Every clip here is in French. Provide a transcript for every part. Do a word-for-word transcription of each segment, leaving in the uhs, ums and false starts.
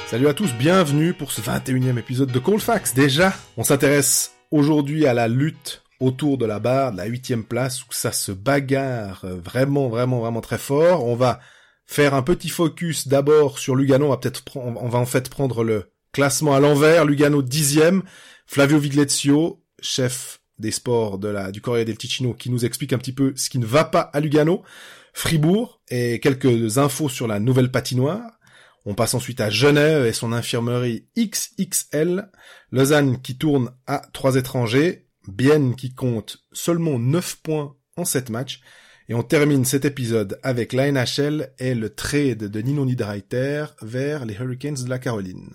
Salut à tous, bienvenue pour ce vingt et unième épisode de Colfax. Déjà, on s'intéresse aujourd'hui à la lutte autour de la barre, de la huitième place, où ça se bagarre vraiment, vraiment, vraiment très fort. On va faire un petit focus d'abord sur Lugano. On va peut-être, pr- on va en fait prendre le classement à l'envers. Lugano dixième, Flavio Viglezio, chef des sports de la, du Corriere del Ticino, qui nous explique un petit peu ce qui ne va pas à Lugano. Fribourg et quelques infos sur la nouvelle patinoire. On passe ensuite à Genève et son infirmerie X X L, Lausanne qui tourne à trois étrangers, Bienne qui compte seulement neuf points en sept matchs, et on termine cet épisode avec la N H L et le trade de Nino Niederreiter vers les Hurricanes de la Caroline.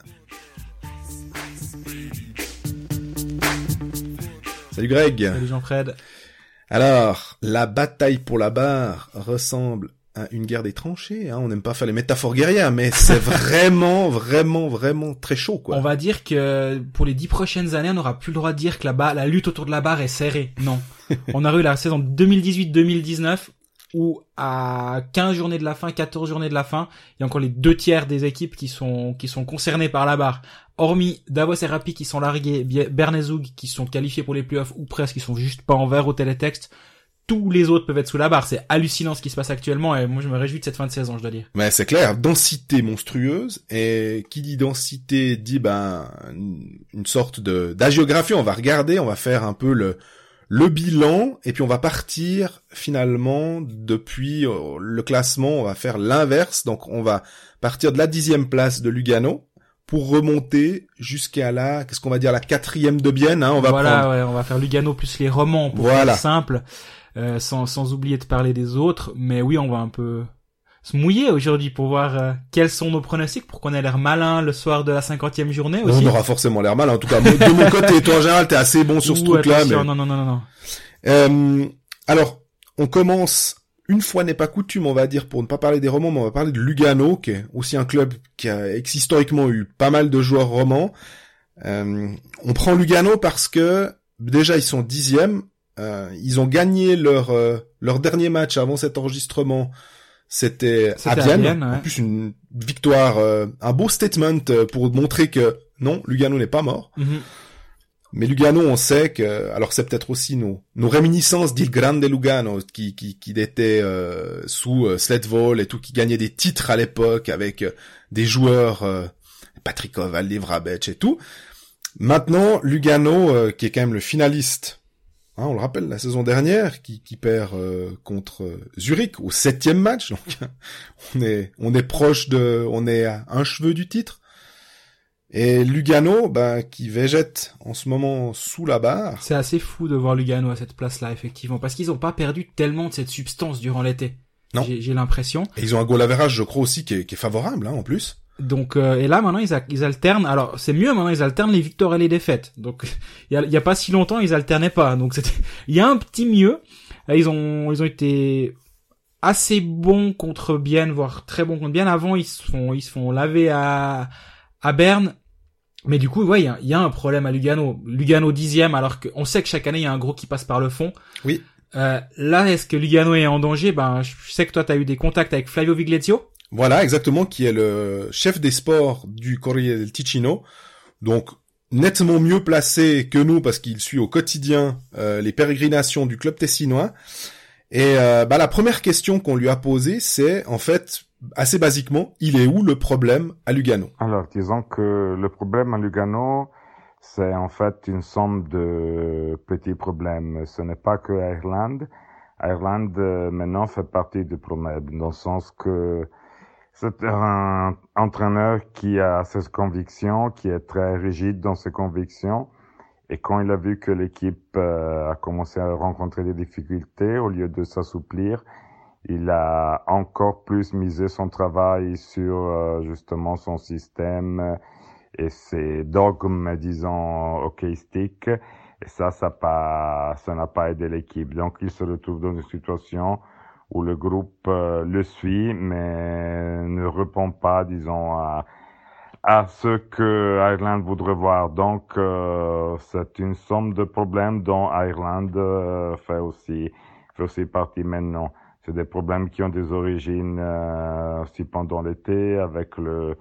Salut Greg. Salut Jean-Fred. Alors, la bataille pour la barre ressemble à une guerre des tranchées, hein. On n'aime pas faire les métaphores guerrières, mais c'est vraiment, vraiment, vraiment très chaud, quoi. On va dire que pour les dix prochaines années, on n'aura plus le droit de dire que la, ba- la lutte autour de la barre est serrée. Non. On a eu la saison deux mille dix-huit deux mille dix-neuf où à quinze journées de la fin, quatorze journées de la fin, il y a encore les deux tiers des équipes qui sont qui sont concernées par la barre. Hormis Davos et Rappi qui sont largués, Bern et Zug qui sont qualifiés pour les playoffs ou presque, qui sont juste pas en vert au télétexte. Tous les autres peuvent être sous la barre. C'est hallucinant ce qui se passe actuellement et moi je me réjouis de cette fin de saison, je dois dire. Mais c'est clair, densité monstrueuse, et qui dit densité dit ben une sorte de d'agiographie. On va regarder, on va faire un peu le le bilan et puis on va partir finalement depuis le classement, on va faire l'inverse. Donc on va partir de la dixième place de Lugano pour remonter jusqu'à la, qu'est-ce qu'on va dire, la quatrième de Bienne, hein. On va voilà, prendre... ouais, on va faire Lugano plus les romans pour voilà. faire simple. Euh, sans sans oublier de parler des autres, mais oui, on va un peu se mouiller aujourd'hui pour voir euh, quels sont nos pronostics, pour qu'on ait l'air malin le soir de la cinquantième journée aussi. On aura forcément l'air malin, en tout cas de mon côté. Toi en général t'es assez bon sur ce Ouh, truc-là, attention, mais non non non non non. Euh, alors on commence, une fois n'est pas coutume, on va dire, pour ne pas parler des romans, mais on va parler de Lugano, qui est aussi un club qui a historiquement eu pas mal de joueurs romans. Euh, on prend Lugano parce que déjà ils sont dixièmes. Euh, ils ont gagné leur euh, leur dernier match avant cet enregistrement, c'était, c'était à Bienne, à Bienne ouais. En plus une victoire, euh, un beau statement pour montrer que non, Lugano n'est pas mort. Mm-hmm. Mais Lugano, on sait que, alors c'est peut-être aussi nos nos réminiscences d'Il Grande Lugano qui qui qui était euh, sous euh, Sledvol et tout, qui gagnait des titres à l'époque avec euh, des joueurs euh, Patrick Oval, Vrabec et tout. Maintenant, Lugano euh, qui est quand même le finaliste. Hein, on le rappelle, la saison dernière, qui, qui perd euh, contre euh, Zurich au septième match. Donc, on est, on est proche de, on est à un cheveu du titre. Et Lugano, ben, qui végète en ce moment sous la barre. C'est assez fou de voir Lugano à cette place-là, effectivement, parce qu'ils ont pas perdu tellement de cette substance durant l'été. Non. J'ai, j'ai l'impression. Et ils ont un goal average, je crois aussi, qui est, qui est favorable, hein, en plus. Donc euh, et là maintenant ils, a, ils alternent. Alors c'est mieux maintenant, ils alternent les victoires et les défaites. Donc il y a, y a pas si longtemps ils alternaient pas. Donc c'était, il y a un petit mieux. Ils ont ils ont été assez bons contre Bienne, voire très bons contre Bienne. Avant ils se font ils se font laver à à Berne. Mais du coup ouais il y a, y a un problème à Lugano. Lugano dixième, alors qu'on sait que chaque année il y a un gros qui passe par le fond. Oui. Euh, là est-ce que Lugano est en danger? Ben je sais que toi t'as eu des contacts avec Flavio Viglezio. Voilà, exactement, qui est le chef des sports du Corriere del Ticino. Donc, nettement mieux placé que nous parce qu'il suit au quotidien euh, les pérégrinations du club tessinois. Et euh, bah, la première question qu'on lui a posée, c'est en fait, assez basiquement, il est où le problème à Lugano? Alors, disons que le problème à Lugano, c'est en fait une somme de petits problèmes. Ce n'est pas que Ireland. Ireland, euh, maintenant, fait partie du problème, dans le sens que c'est un entraîneur qui a ses convictions, qui est très rigide dans ses convictions. Et quand il a vu que l'équipe euh, a commencé à rencontrer des difficultés, au lieu de s'assouplir, il a encore plus misé son travail sur euh, justement son système et ses dogmes, disons, hockeyistiques. Et ça, ça pas, ça n'a pas aidé l'équipe. Donc, il se retrouve dans une situation où le groupe euh, le suit, mais ne répond pas, disons, à, à ce que Ireland voudrait voir. Donc, euh, c'est une somme de problèmes dont Ireland euh, fait aussi, fait aussi partie maintenant. C'est des problèmes qui ont des origines euh, aussi pendant l'été, avec le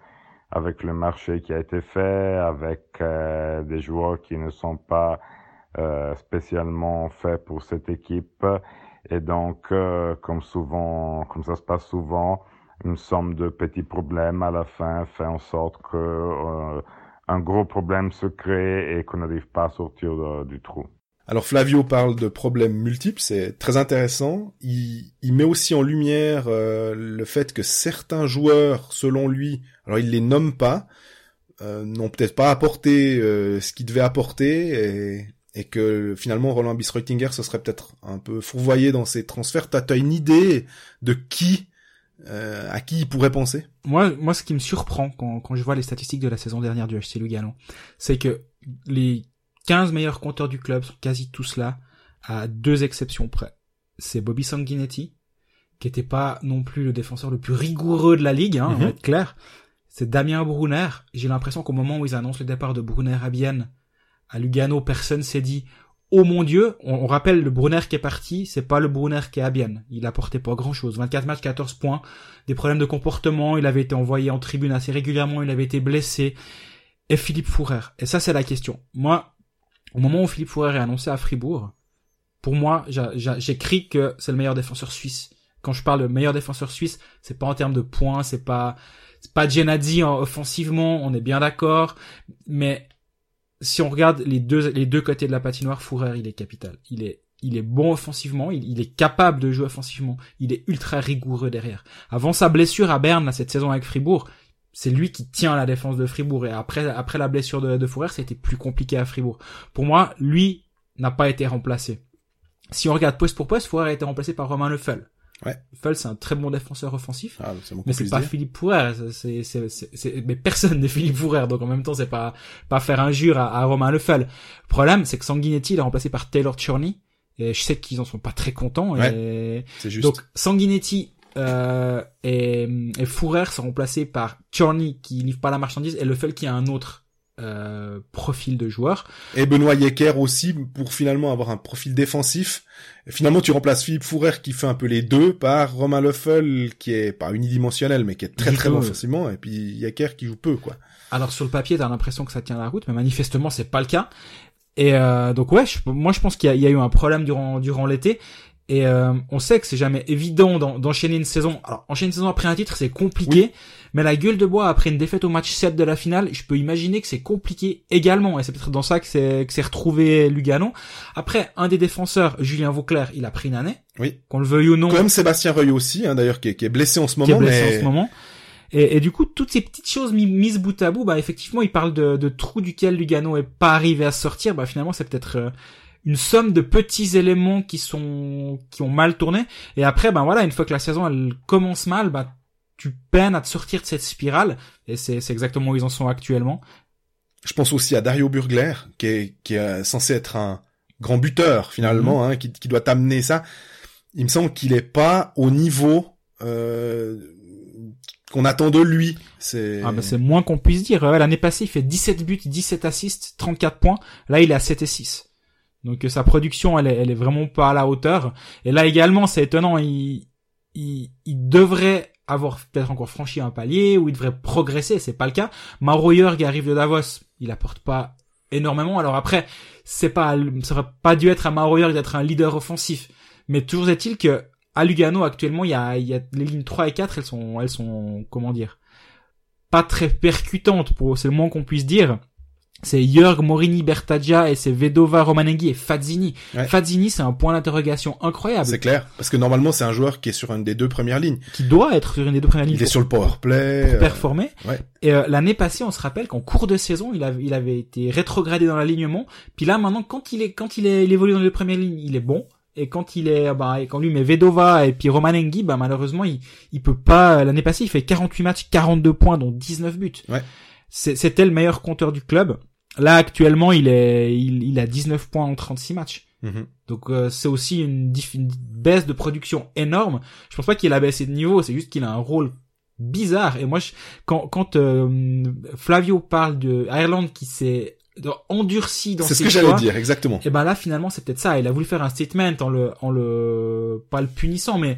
avec le marché qui a été fait, avec euh, des joueurs qui ne sont pas euh, spécialement faits pour cette équipe. Et donc, euh, comme souvent, comme ça se passe souvent, une somme de petits problèmes à la fin fait en sorte que euh, un gros problème se crée et qu'on n'arrive pas à sortir de, du trou. Alors Flavio parle de problèmes multiples, c'est très intéressant. Il, il met aussi en lumière euh, le fait que certains joueurs, selon lui, alors il les nomme pas, euh, n'ont peut-être pas apporté euh, ce qu'ils devaient apporter, et, et que finalement Roland Bissreutinger se serait peut-être un peu fourvoyé dans ses transferts. T'as, t'as une idée de qui, euh, à qui il pourrait penser? Moi, moi, ce qui me surprend quand, quand je vois les statistiques de la saison dernière du H C Lugano, c'est que les quinze meilleurs compteurs du club sont quasi tous là, à deux exceptions près. C'est Bobby Sanguinetti, qui était pas non plus le défenseur le plus rigoureux de la ligue, hein, mm-hmm. on va être clair. C'est Damien Brunner. J'ai l'impression qu'au moment où ils annoncent le départ de Brunner à Bienne, à Lugano, personne s'est dit « Oh mon Dieu !» on, on rappelle, le Brunner qui est parti, c'est pas le Brunner qui est à Bienne. Il apportait pas grand-chose. vingt-quatre matchs, quatorze points, des problèmes de comportement, il avait été envoyé en tribune assez régulièrement, il avait été blessé. Et Philippe Fourer. Et ça, c'est la question. Moi, au moment où Philippe Fourer est annoncé à Fribourg, pour moi, j'a, j'a, j'écris que c'est le meilleur défenseur suisse. Quand je parle de meilleur défenseur suisse, c'est pas en termes de points, c'est pas, c'est pas Genadzi offensivement, on est bien d'accord. Mais si on regarde les deux, les deux côtés de la patinoire, Fourer, il est capital. Il est, il est bon offensivement, il, il est capable de jouer offensivement. Il est ultra rigoureux derrière. Avant sa blessure à Berne, là, cette saison avec Fribourg, c'est lui qui tient la défense de Fribourg, et après après la blessure de, de Fourer, c'était plus compliqué à Fribourg. Pour moi, lui n'a pas été remplacé. Si on regarde poste pour poste, Fourer a été remplacé par Romain Leffel. Ouais. Leffel, c'est un très bon défenseur offensif, ah, c'est bon mais c'est pas dire. Philippe Fourer. C'est, c'est, c'est, c'est, mais personne n'est Philippe Fourer, donc en même temps, c'est pas pas faire injure à, à Romain Leffel. Le problème, c'est que Sanguinetti, il est remplacé par Taylor Chorny, et je sais qu'ils en sont pas très contents. Ouais, et c'est juste. Donc Sanguinetti Euh, et, et Fourer sont remplacés par Chorny qui livre pas la marchandise, et Leffel qui a un autre euh, profil de joueur. Et Benoît Yecker aussi, pour finalement avoir un profil défensif. Et finalement, tu remplaces Philippe Fourer qui fait un peu les deux par Romain Leffel qui est pas unidimensionnel mais qui est très très bon offensivement, et puis Yecker qui joue peu, quoi. Alors sur le papier, t'as l'impression que ça tient la route, mais manifestement c'est pas le cas. Et euh, donc ouais, je, moi je pense qu'il y a, il y a eu un problème durant durant l'été. Et euh, on sait que c'est jamais évident d'en, d'enchaîner une saison. Alors, enchaîner une saison après un titre, c'est compliqué. Oui. Mais la gueule de bois après une défaite au match sept de la finale, je peux imaginer que c'est compliqué également. Et c'est peut-être dans ça que c'est, que c'est retrouvé Lugano. Après, un des défenseurs, Julien Vauclair, il a pris une année. Oui. Qu'on le veuille ou non. Comme Sébastien Reuil aussi, hein, d'ailleurs, qui est, qui est blessé en ce moment. Qui est blessé mais... en ce moment. Et, et du coup, toutes ces petites choses mises bout à bout, bah, effectivement, il parle de, de trous duquel Lugano est pas arrivé à sortir. Bah, finalement, c'est peut-être, euh, une somme de petits éléments qui sont qui ont mal tourné, et après ben voilà, une fois que la saison elle commence mal, ben tu peines à te sortir de cette spirale, et c'est c'est exactement où ils en sont actuellement. Je pense aussi à Dario Burgler qui est qui est censé être un grand buteur finalement, mmh. hein, qui qui doit t'amener ça. Il me semble qu'il est pas au niveau euh qu'on attend de lui. C'est ah ben c'est moins qu'on puisse dire. L'année passée, il fait dix-sept buts, dix-sept assists, trente-quatre points. Là, il est à sept et six. Donc sa production, elle est, elle est vraiment pas à la hauteur. Et là également, c'est étonnant, il, il, il devrait avoir peut-être encore franchi un palier, ou il devrait progresser, c'est pas le cas. Mauro Jörg arrive de Davos, il apporte pas énormément. Alors après, c'est pas, ça aurait pas dû être à Mauro Jörg d'être un leader offensif. Mais toujours est-il que, à Lugano, actuellement, il y a, il y a les lignes trois et quatre, elles sont, elles sont, comment dire, pas très percutantes, pour, c'est le moins qu'on puisse dire. C'est Jörg, Morini, Bertaggia, et c'est Vedova, Romanenghi et Fazzini. Ouais. Fazzini, c'est un point d'interrogation incroyable. C'est clair, parce que normalement, c'est un joueur qui est sur une des deux premières lignes. Qui doit être sur une des deux premières lignes. Il est sur le powerplay. Pour performer. Euh... Ouais. Et euh, l'année passée, on se rappelle qu'en cours de saison, il avait, il avait été rétrogradé dans l'alignement. Puis là, maintenant, quand il est, quand il est, il évolue dans les premières lignes, il est bon. Et quand il est, bah, quand lui met Vedova et puis Romanenghi, bah, malheureusement, il, il peut pas, l'année passée, il fait quarante-huit matchs, quarante-deux points, dont dix-neuf buts. Ouais. C'est, c'était le meilleur compteur du club. Là, actuellement, il est, il, il a dix-neuf points en trente-six matchs. Mm-hmm. Donc, euh, c'est aussi une, diff- une baisse de production énorme. Je pense pas qu'il a baissé de niveau, c'est juste qu'il a un rôle bizarre. Et moi, je, quand, quand, euh, Flavio parle de Ireland qui s'est endurci dans ses choix. C'est ce que j'allais dire, exactement. Et ben là, finalement, c'est peut-être ça. Il a voulu faire un statement en le, en le, pas le punissant, mais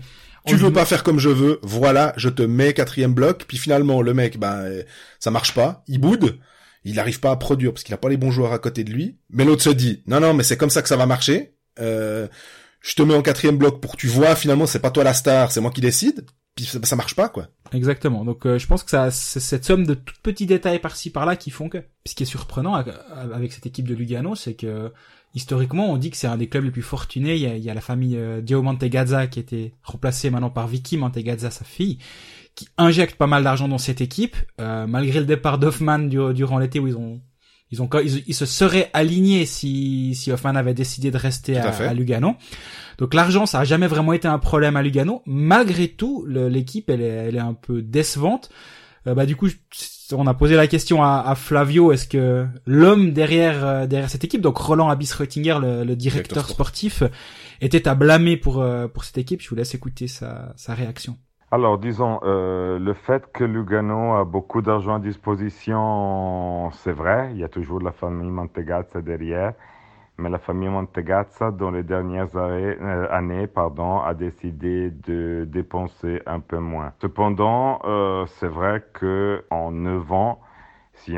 Tu veux pas faire comme je veux, voilà, je te mets quatrième bloc, puis finalement, le mec, ben, ça marche pas, il boude, il n'arrive pas à produire parce qu'il a pas les bons joueurs à côté de lui, mais l'autre se dit, non, non, mais c'est comme ça que ça va marcher, euh, je te mets en quatrième bloc pour que tu vois, finalement, c'est pas toi la star, c'est moi qui décide, puis ça, ça marche pas, quoi. Exactement. Donc, euh, je pense que ça, c'est cette somme de tout petits détails par-ci par-là qui font que. Puis ce qui est surprenant avec cette équipe de Lugano, c'est que, historiquement, on dit que c'est un des clubs les plus fortunés. Il y a, il y a la famille euh, Dio Mantegazza qui a été remplacée maintenant par Vicky Mantegazza, sa fille, qui injecte pas mal d'argent dans cette équipe, euh, malgré le départ d'Hoffman du, durant l'été où ils ont, ils ont, ils, ils se seraient alignés si, si Hoffman avait décidé de rester à, à, à Lugano. Donc l'argent, ça a jamais vraiment été un problème à Lugano. Malgré tout, le, l'équipe, elle est, elle est un peu décevante. Euh, bah du coup, on a posé la question à, à Flavio, est-ce que l'homme derrière euh, derrière cette équipe, donc Roland Abis-Reutinger, le, le directeur sportif, était à blâmer pour euh, pour cette équipe. Je vous laisse écouter sa sa réaction. Alors, disons, euh, le fait que Lugano a beaucoup d'argent à disposition, c'est vrai. Il y a toujours la famille Mantegazza derrière. Mais la famille Mantegazza, dans les dernières années, euh, années pardon, a décidé de dépenser un peu moins. Cependant, euh, c'est vrai que en neuf ans, si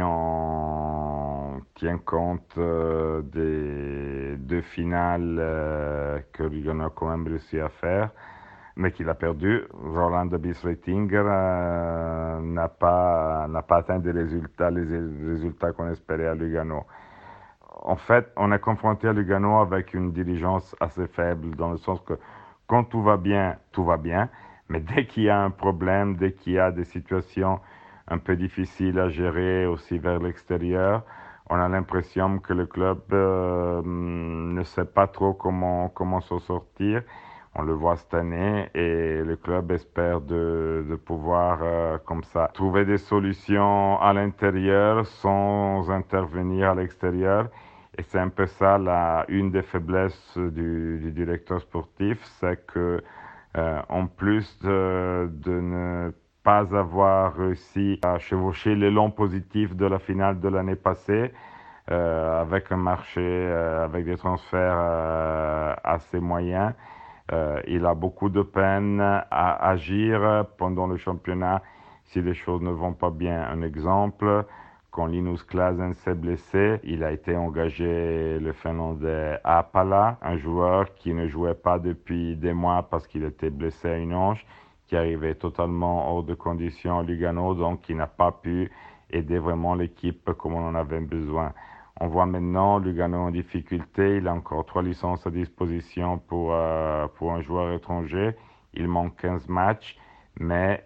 on tient compte euh, des deux finales euh, que Lugano a quand même réussi à faire, mais qu'il a perdu, Roland Abis-Reutinger euh, n'a pas n'a pas atteint des résultats, les résultats qu'on espérait à Lugano. En fait, on est confronté à Lugano avec une diligence assez faible, dans le sens que quand tout va bien, tout va bien, mais dès qu'il y a un problème, dès qu'il y a des situations un peu difficiles à gérer aussi vers l'extérieur, on a l'impression que le club euh, ne sait pas trop comment comment s'en sortir. On le voit cette année et le club espère de, de pouvoir, euh, comme ça, trouver des solutions à l'intérieur sans intervenir à l'extérieur. Et c'est un peu ça, la, une des faiblesses du, du directeur sportif, c'est que, euh, en plus de, de ne pas avoir réussi à chevaucher l'élan positif de la finale de l'année passée, euh, avec un marché, euh, avec des transferts euh, assez moyens, Euh, il a beaucoup de peine à agir pendant le championnat si les choses ne vont pas bien. Un exemple, quand Linus Klasen s'est blessé, il a été engagé le Finlandais Apala, un joueur qui ne jouait pas depuis des mois parce qu'il était blessé à une hanche, qui arrivait totalement hors de condition à Lugano, donc qui n'a pas pu aider vraiment l'équipe comme on en avait besoin. On voit maintenant Lugano en difficulté, il a encore trois licences à disposition pour, euh, pour un joueur étranger, il manque quinze matchs, mais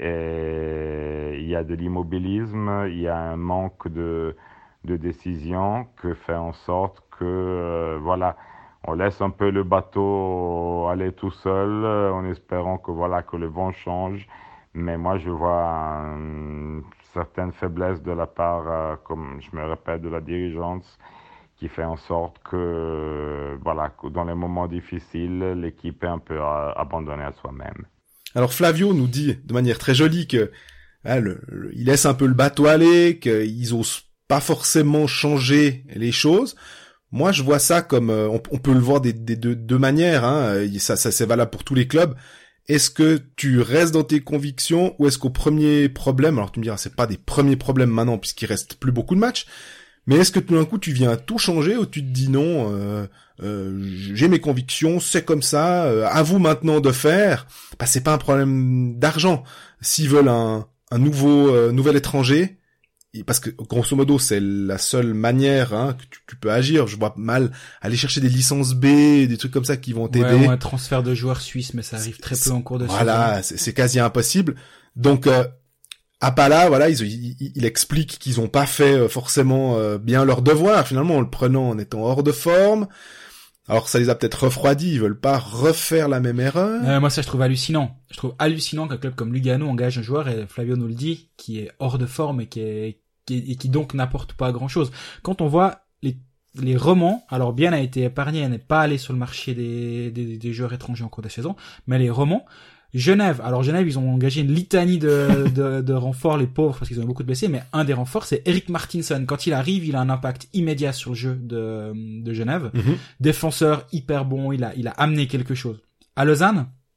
euh, il y a de l'immobilisme, il y a un manque de, de décision que fait en sorte que, euh, voilà, on laisse un peu le bateau aller tout seul en espérant que, voilà, que le vent change, mais moi je vois euh, certaines faiblesses de la part, euh, comme je me répète, de la dirigeance qui fait en sorte que, euh, voilà, que dans les moments difficiles, l'équipe est un peu euh, abandonnée à soi-même. Alors Flavio nous dit de manière très jolie que hein, le, le, il laisse un peu le bateau aller, qu'ils osent pas forcément changer les choses. Moi, je vois ça comme euh, on, on peut le voir des, des deux, deux manières. Hein, ça, ça c'est valable pour tous les clubs. Est-ce que tu restes dans tes convictions ou est-ce qu'au premier problème, alors tu me diras c'est pas des premiers problèmes maintenant puisqu'il reste plus beaucoup de matchs, mais est-ce que tout d'un coup tu viens tout changer ou tu te dis non, euh, euh, j'ai mes convictions, c'est comme ça, euh, à vous maintenant de faire. Bah c'est pas un problème d'argent. S'ils veulent un, un nouveau euh, nouvel étranger, parce que grosso modo c'est la seule manière hein, que tu, tu peux agir. Je vois mal aller chercher des licences B, des trucs comme ça qui vont t'aider. Ouais, ou un transfert de joueurs suisses, mais ça arrive très peu en cours de saison. Voilà, c'est, c'est quasi impossible. Donc euh, Apala, voilà, ils, ils, ils expliquent qu'ils ont pas fait forcément euh, bien leur devoir finalement en le prenant en étant hors de forme. Alors ça les a peut-être refroidis, ils veulent pas refaire la même erreur. Euh, moi ça je trouve hallucinant. Je trouve hallucinant qu'un club comme Lugano engage un joueur, et Flavio nous le dit, qui est hors de forme et qui est, qui est, et qui donc n'apporte pas grand chose. Quand on voit les, les romans, alors bien a été épargné, elle n'est pas allé sur le marché des, des, des joueurs étrangers en cours de saison, mais les romans, Genève, alors Genève, ils ont engagé une litanie de, de, de renforts, les pauvres, parce qu'ils ont eu beaucoup de blessés, mais un des renforts, c'est Eric Martinson. Quand il arrive, il a un impact immédiat sur le jeu de, de Genève. Mm-hmm. Défenseur hyper bon, il a, il a amené quelque chose. À Lausanne,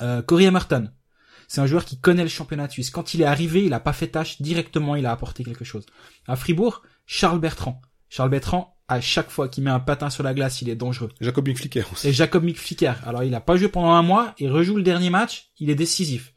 Euh, Corey Emerton. C'est un joueur qui connaît le championnat suisse. Quand il est arrivé, il a pas fait tâche directement, il a apporté quelque chose. À Fribourg, Charles Bertrand. Charles Bertrand, à chaque fois qu'il met un patin sur la glace, il est dangereux. Jacob Mick-Flicker aussi. Et Jacob Mick-Flicker. Alors, il a pas joué pendant un mois, il rejoue le dernier match, il est décisif.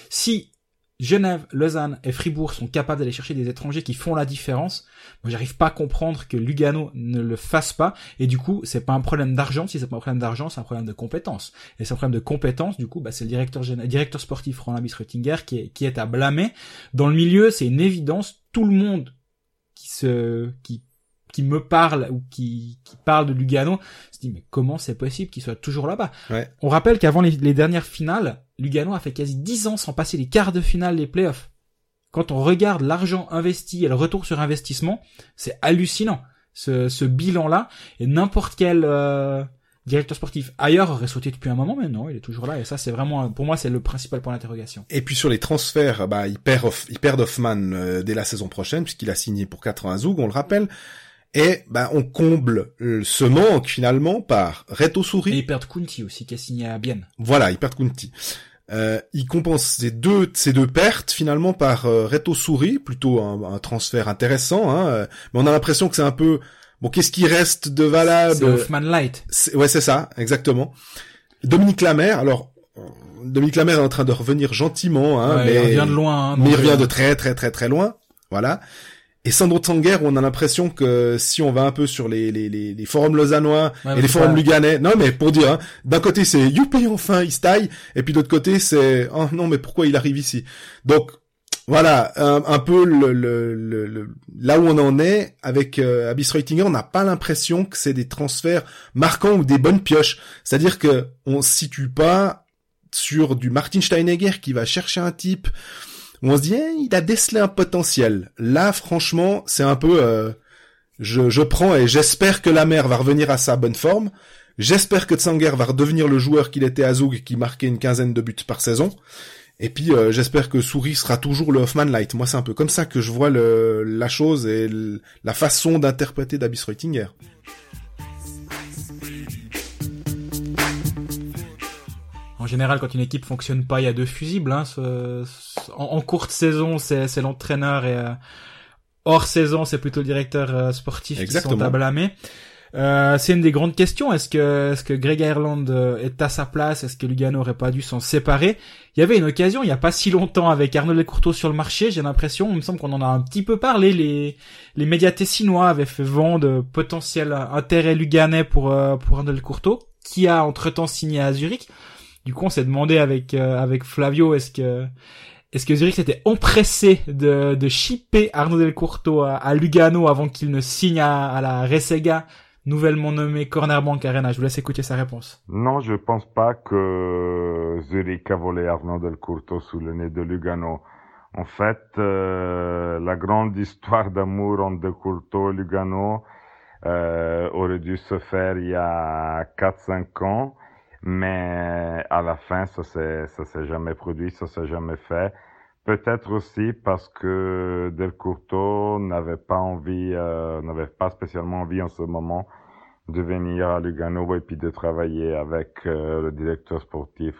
Si Genève, Lausanne et Fribourg sont capables d'aller chercher des étrangers qui font la différence, moi j'arrive pas à comprendre que Lugano ne le fasse pas, et du coup c'est pas un problème d'argent. Si c'est pas un problème d'argent, c'est un problème de compétence, et c'est un problème de compétence. Du coup bah c'est le directeur gén- directeur sportif Roland Biesreutinger qui est qui est à blâmer. Dans le milieu, c'est une évidence, tout le monde qui se qui qui me parle ou qui qui parle de Lugano se dit mais comment c'est possible qu'il soit toujours là-bas. Ouais. On rappelle qu'avant les, les dernières finales, Lugano a fait quasi dix ans sans passer les quarts de finale des playoffs. Quand on regarde l'argent investi et le retour sur investissement, c'est hallucinant, ce, ce bilan-là. Et n'importe quel euh, directeur sportif ailleurs aurait sauté depuis un moment, mais non, il est toujours là. Et ça, c'est vraiment, pour moi, c'est le principal point d'interrogation. Et puis sur les transferts, bah, il perd, Hoff, il perd Hoffman euh, dès la saison prochaine, puisqu'il a signé pour quatre ans à Zug, on le rappelle. Et bah, on comble euh, ce manque finalement par Reto Souri. Et ils perdent Kunti aussi, qui a signé à Bienne. Voilà, ils perdent Kunti. Euh, il compense ces deux ces deux pertes finalement par euh, Reto Souri, plutôt un, un transfert intéressant, hein, euh, mais on a l'impression que c'est un peu bon. Qu'est-ce qui reste de valable? C'est Hoffman Light. C'est, ouais, c'est ça, exactement. Dominique Lamère, alors Dominique Lamère est en train de revenir gentiment, hein, ouais, mais il revient de loin, hein, mais il revient euh... de très très très très loin, voilà. Et Sandro Tsanger, on a l'impression que si on va un peu sur les les les, les forums lausannois ouais, et les forums pas... luganais, non mais pour dire, hein, d'un côté c'est youpi enfin il se taille, et puis de l'autre côté c'est oh non mais pourquoi il arrive ici. Donc voilà un, un peu le, le, le, le là où on en est avec euh, Abis Reutinger, on n'a pas l'impression que c'est des transferts marquants ou des bonnes pioches. C'est-à-dire que on se situe pas sur du Martin Steinegger qui va chercher un type où on se dit, eh, il a décelé un potentiel. Là, franchement, c'est un peu, euh, je, je prends et j'espère que Lamère va revenir à sa bonne forme. J'espère que Tsanger va redevenir le joueur qu'il était à Zug, qui marquait une quinzaine de buts par saison. Et puis, euh, j'espère que Souri sera toujours le Hoffman Light. Moi, c'est un peu comme ça que je vois le, la chose et le, la façon d'interpréter d'Abis Reutinger. En général, quand une équipe fonctionne pas, il y a deux fusibles. Hein. Ce, ce, en, en courte saison, c'est, c'est l'entraîneur et euh, hors saison, c'est plutôt le directeur euh, sportif Exactement. qui sont à blâmer. Euh, c'est une des grandes questions. Est-ce que, est-ce que Greg Ireland est à sa place? Est-ce que Lugano aurait pas dû s'en séparer? Il y avait une occasion, il y a pas si longtemps, avec Arnaud Lecourteau sur le marché. J'ai l'impression, il me semble qu'on en a un petit peu parlé. Les, les médias tessinois avaient fait vent de potentiel intérêt luganais pour, euh, pour Arnaud Lecourteau, qui a entre-temps signé à Zurich. Du coup, on s'est demandé avec euh, avec Flavio, est-ce que est-ce que Zurich s'était empressé de de shipper Arnaud Delcourteau à, à Lugano avant qu'il ne signe à, à la Resega, nouvellement nommée Corner Bank Arena. Je vous laisse écouter sa réponse. Non, je pense pas que Zurich a volé Arnaud Delcourteau sous le nez de Lugano. En fait, euh, la grande histoire d'amour entre Delcourteau et Lugano euh, aurait dû se faire il y a quatre cinq ans. Mais à la fin, ça s'est, ça s'est jamais produit, ça s'est jamais fait. Peut-être aussi parce que Delcourteau n'avait pas envie, euh, n'avait pas spécialement envie en ce moment de venir à Lugano et puis de travailler avec euh, le directeur sportif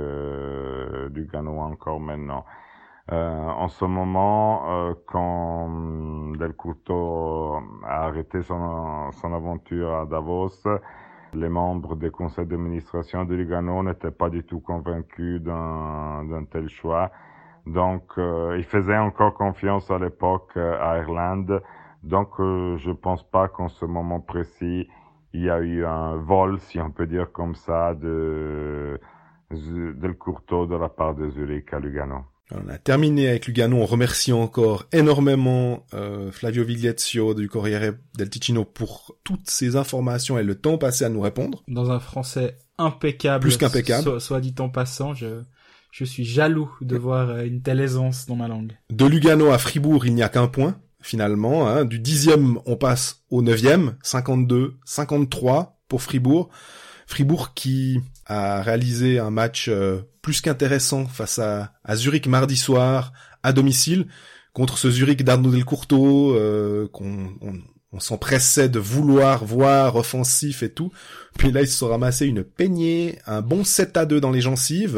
que Lugano a encore maintenant. Euh, en ce moment, euh, quand Delcourteau a arrêté son, son aventure à Davos, les membres des conseils d'administration de Lugano n'étaient pas du tout convaincus d'un, d'un tel choix. Donc, euh, ils faisaient encore confiance à l'époque euh, à Ireland. Donc, euh, je pense pas qu'en ce moment précis, il y a eu un vol, si on peut dire comme ça, de Delcourteau de la part de Zurich à Lugano. On a terminé avec Lugano. On remercie encore énormément euh, Flavio Vigliezio du Corriere del Ticino pour toutes ces informations et le temps passé à nous répondre. Dans un français impeccable. Plus qu'impeccable. So, soit dit en passant, je, je suis jaloux de voir une telle aisance dans ma langue. De Lugano à Fribourg, il n'y a qu'un point, finalement. Hein. Du dixième, on passe au neuvième. cinquante-deux, cinquante-trois pour Fribourg. Fribourg qui a réalisé un match euh, plus qu'intéressant face à, à Zurich mardi soir, à domicile, contre ce Zurich d'Arnaud Delcourteau, euh, qu'on on, on s'empressait de vouloir voir offensif et tout. Puis là, ils se sont ramassés une peignée, un bon sept à deux dans les gencives,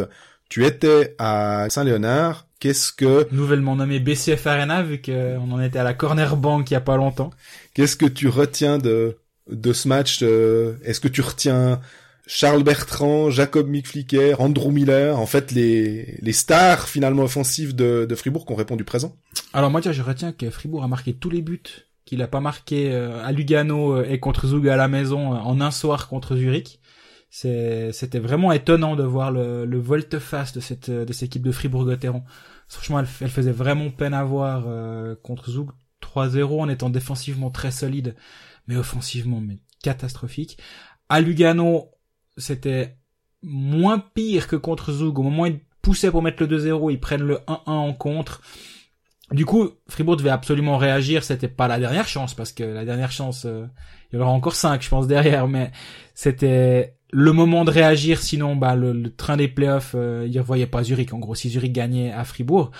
tu étais à Saint-Léonard. Qu'est-ce que... Nouvellement nommé B C F Arena, vu qu'on en était à la Corner Bank il y a pas longtemps. Qu'est-ce que tu retiens de, de ce match? euh, Est-ce que tu retiens Charles Bertrand, Jacob Mick-Flicker, Andrew Miller, en fait, les, les stars, finalement, offensives de, de Fribourg qui ont répondu présent? Alors, moi, je retiens que Fribourg a marqué tous les buts qu'il a pas marqué euh, à Lugano et contre Zug à la maison euh, en un soir contre Zurich. C'est, c'était vraiment étonnant de voir le, le volte-face de cette, de cette équipe de Fribourg-Gotteron. Franchement, elle, elle faisait vraiment peine à voir euh, contre Zug trois zéro en étant défensivement très solide, mais offensivement, mais catastrophique. À Lugano, c'était moins pire que contre Zug. Au moment où ils poussaient pour mettre le deux zéro, ils prennent le un un en contre. Du coup, Fribourg devait absolument réagir. C'était pas la dernière chance, parce que la dernière chance, euh, il y en aura encore cinq, je pense, derrière, mais c'était le moment de réagir, sinon bah le, le train des playoffs, euh, il revoyait pas Zurich. En gros, si Zurich gagnait à Fribourg,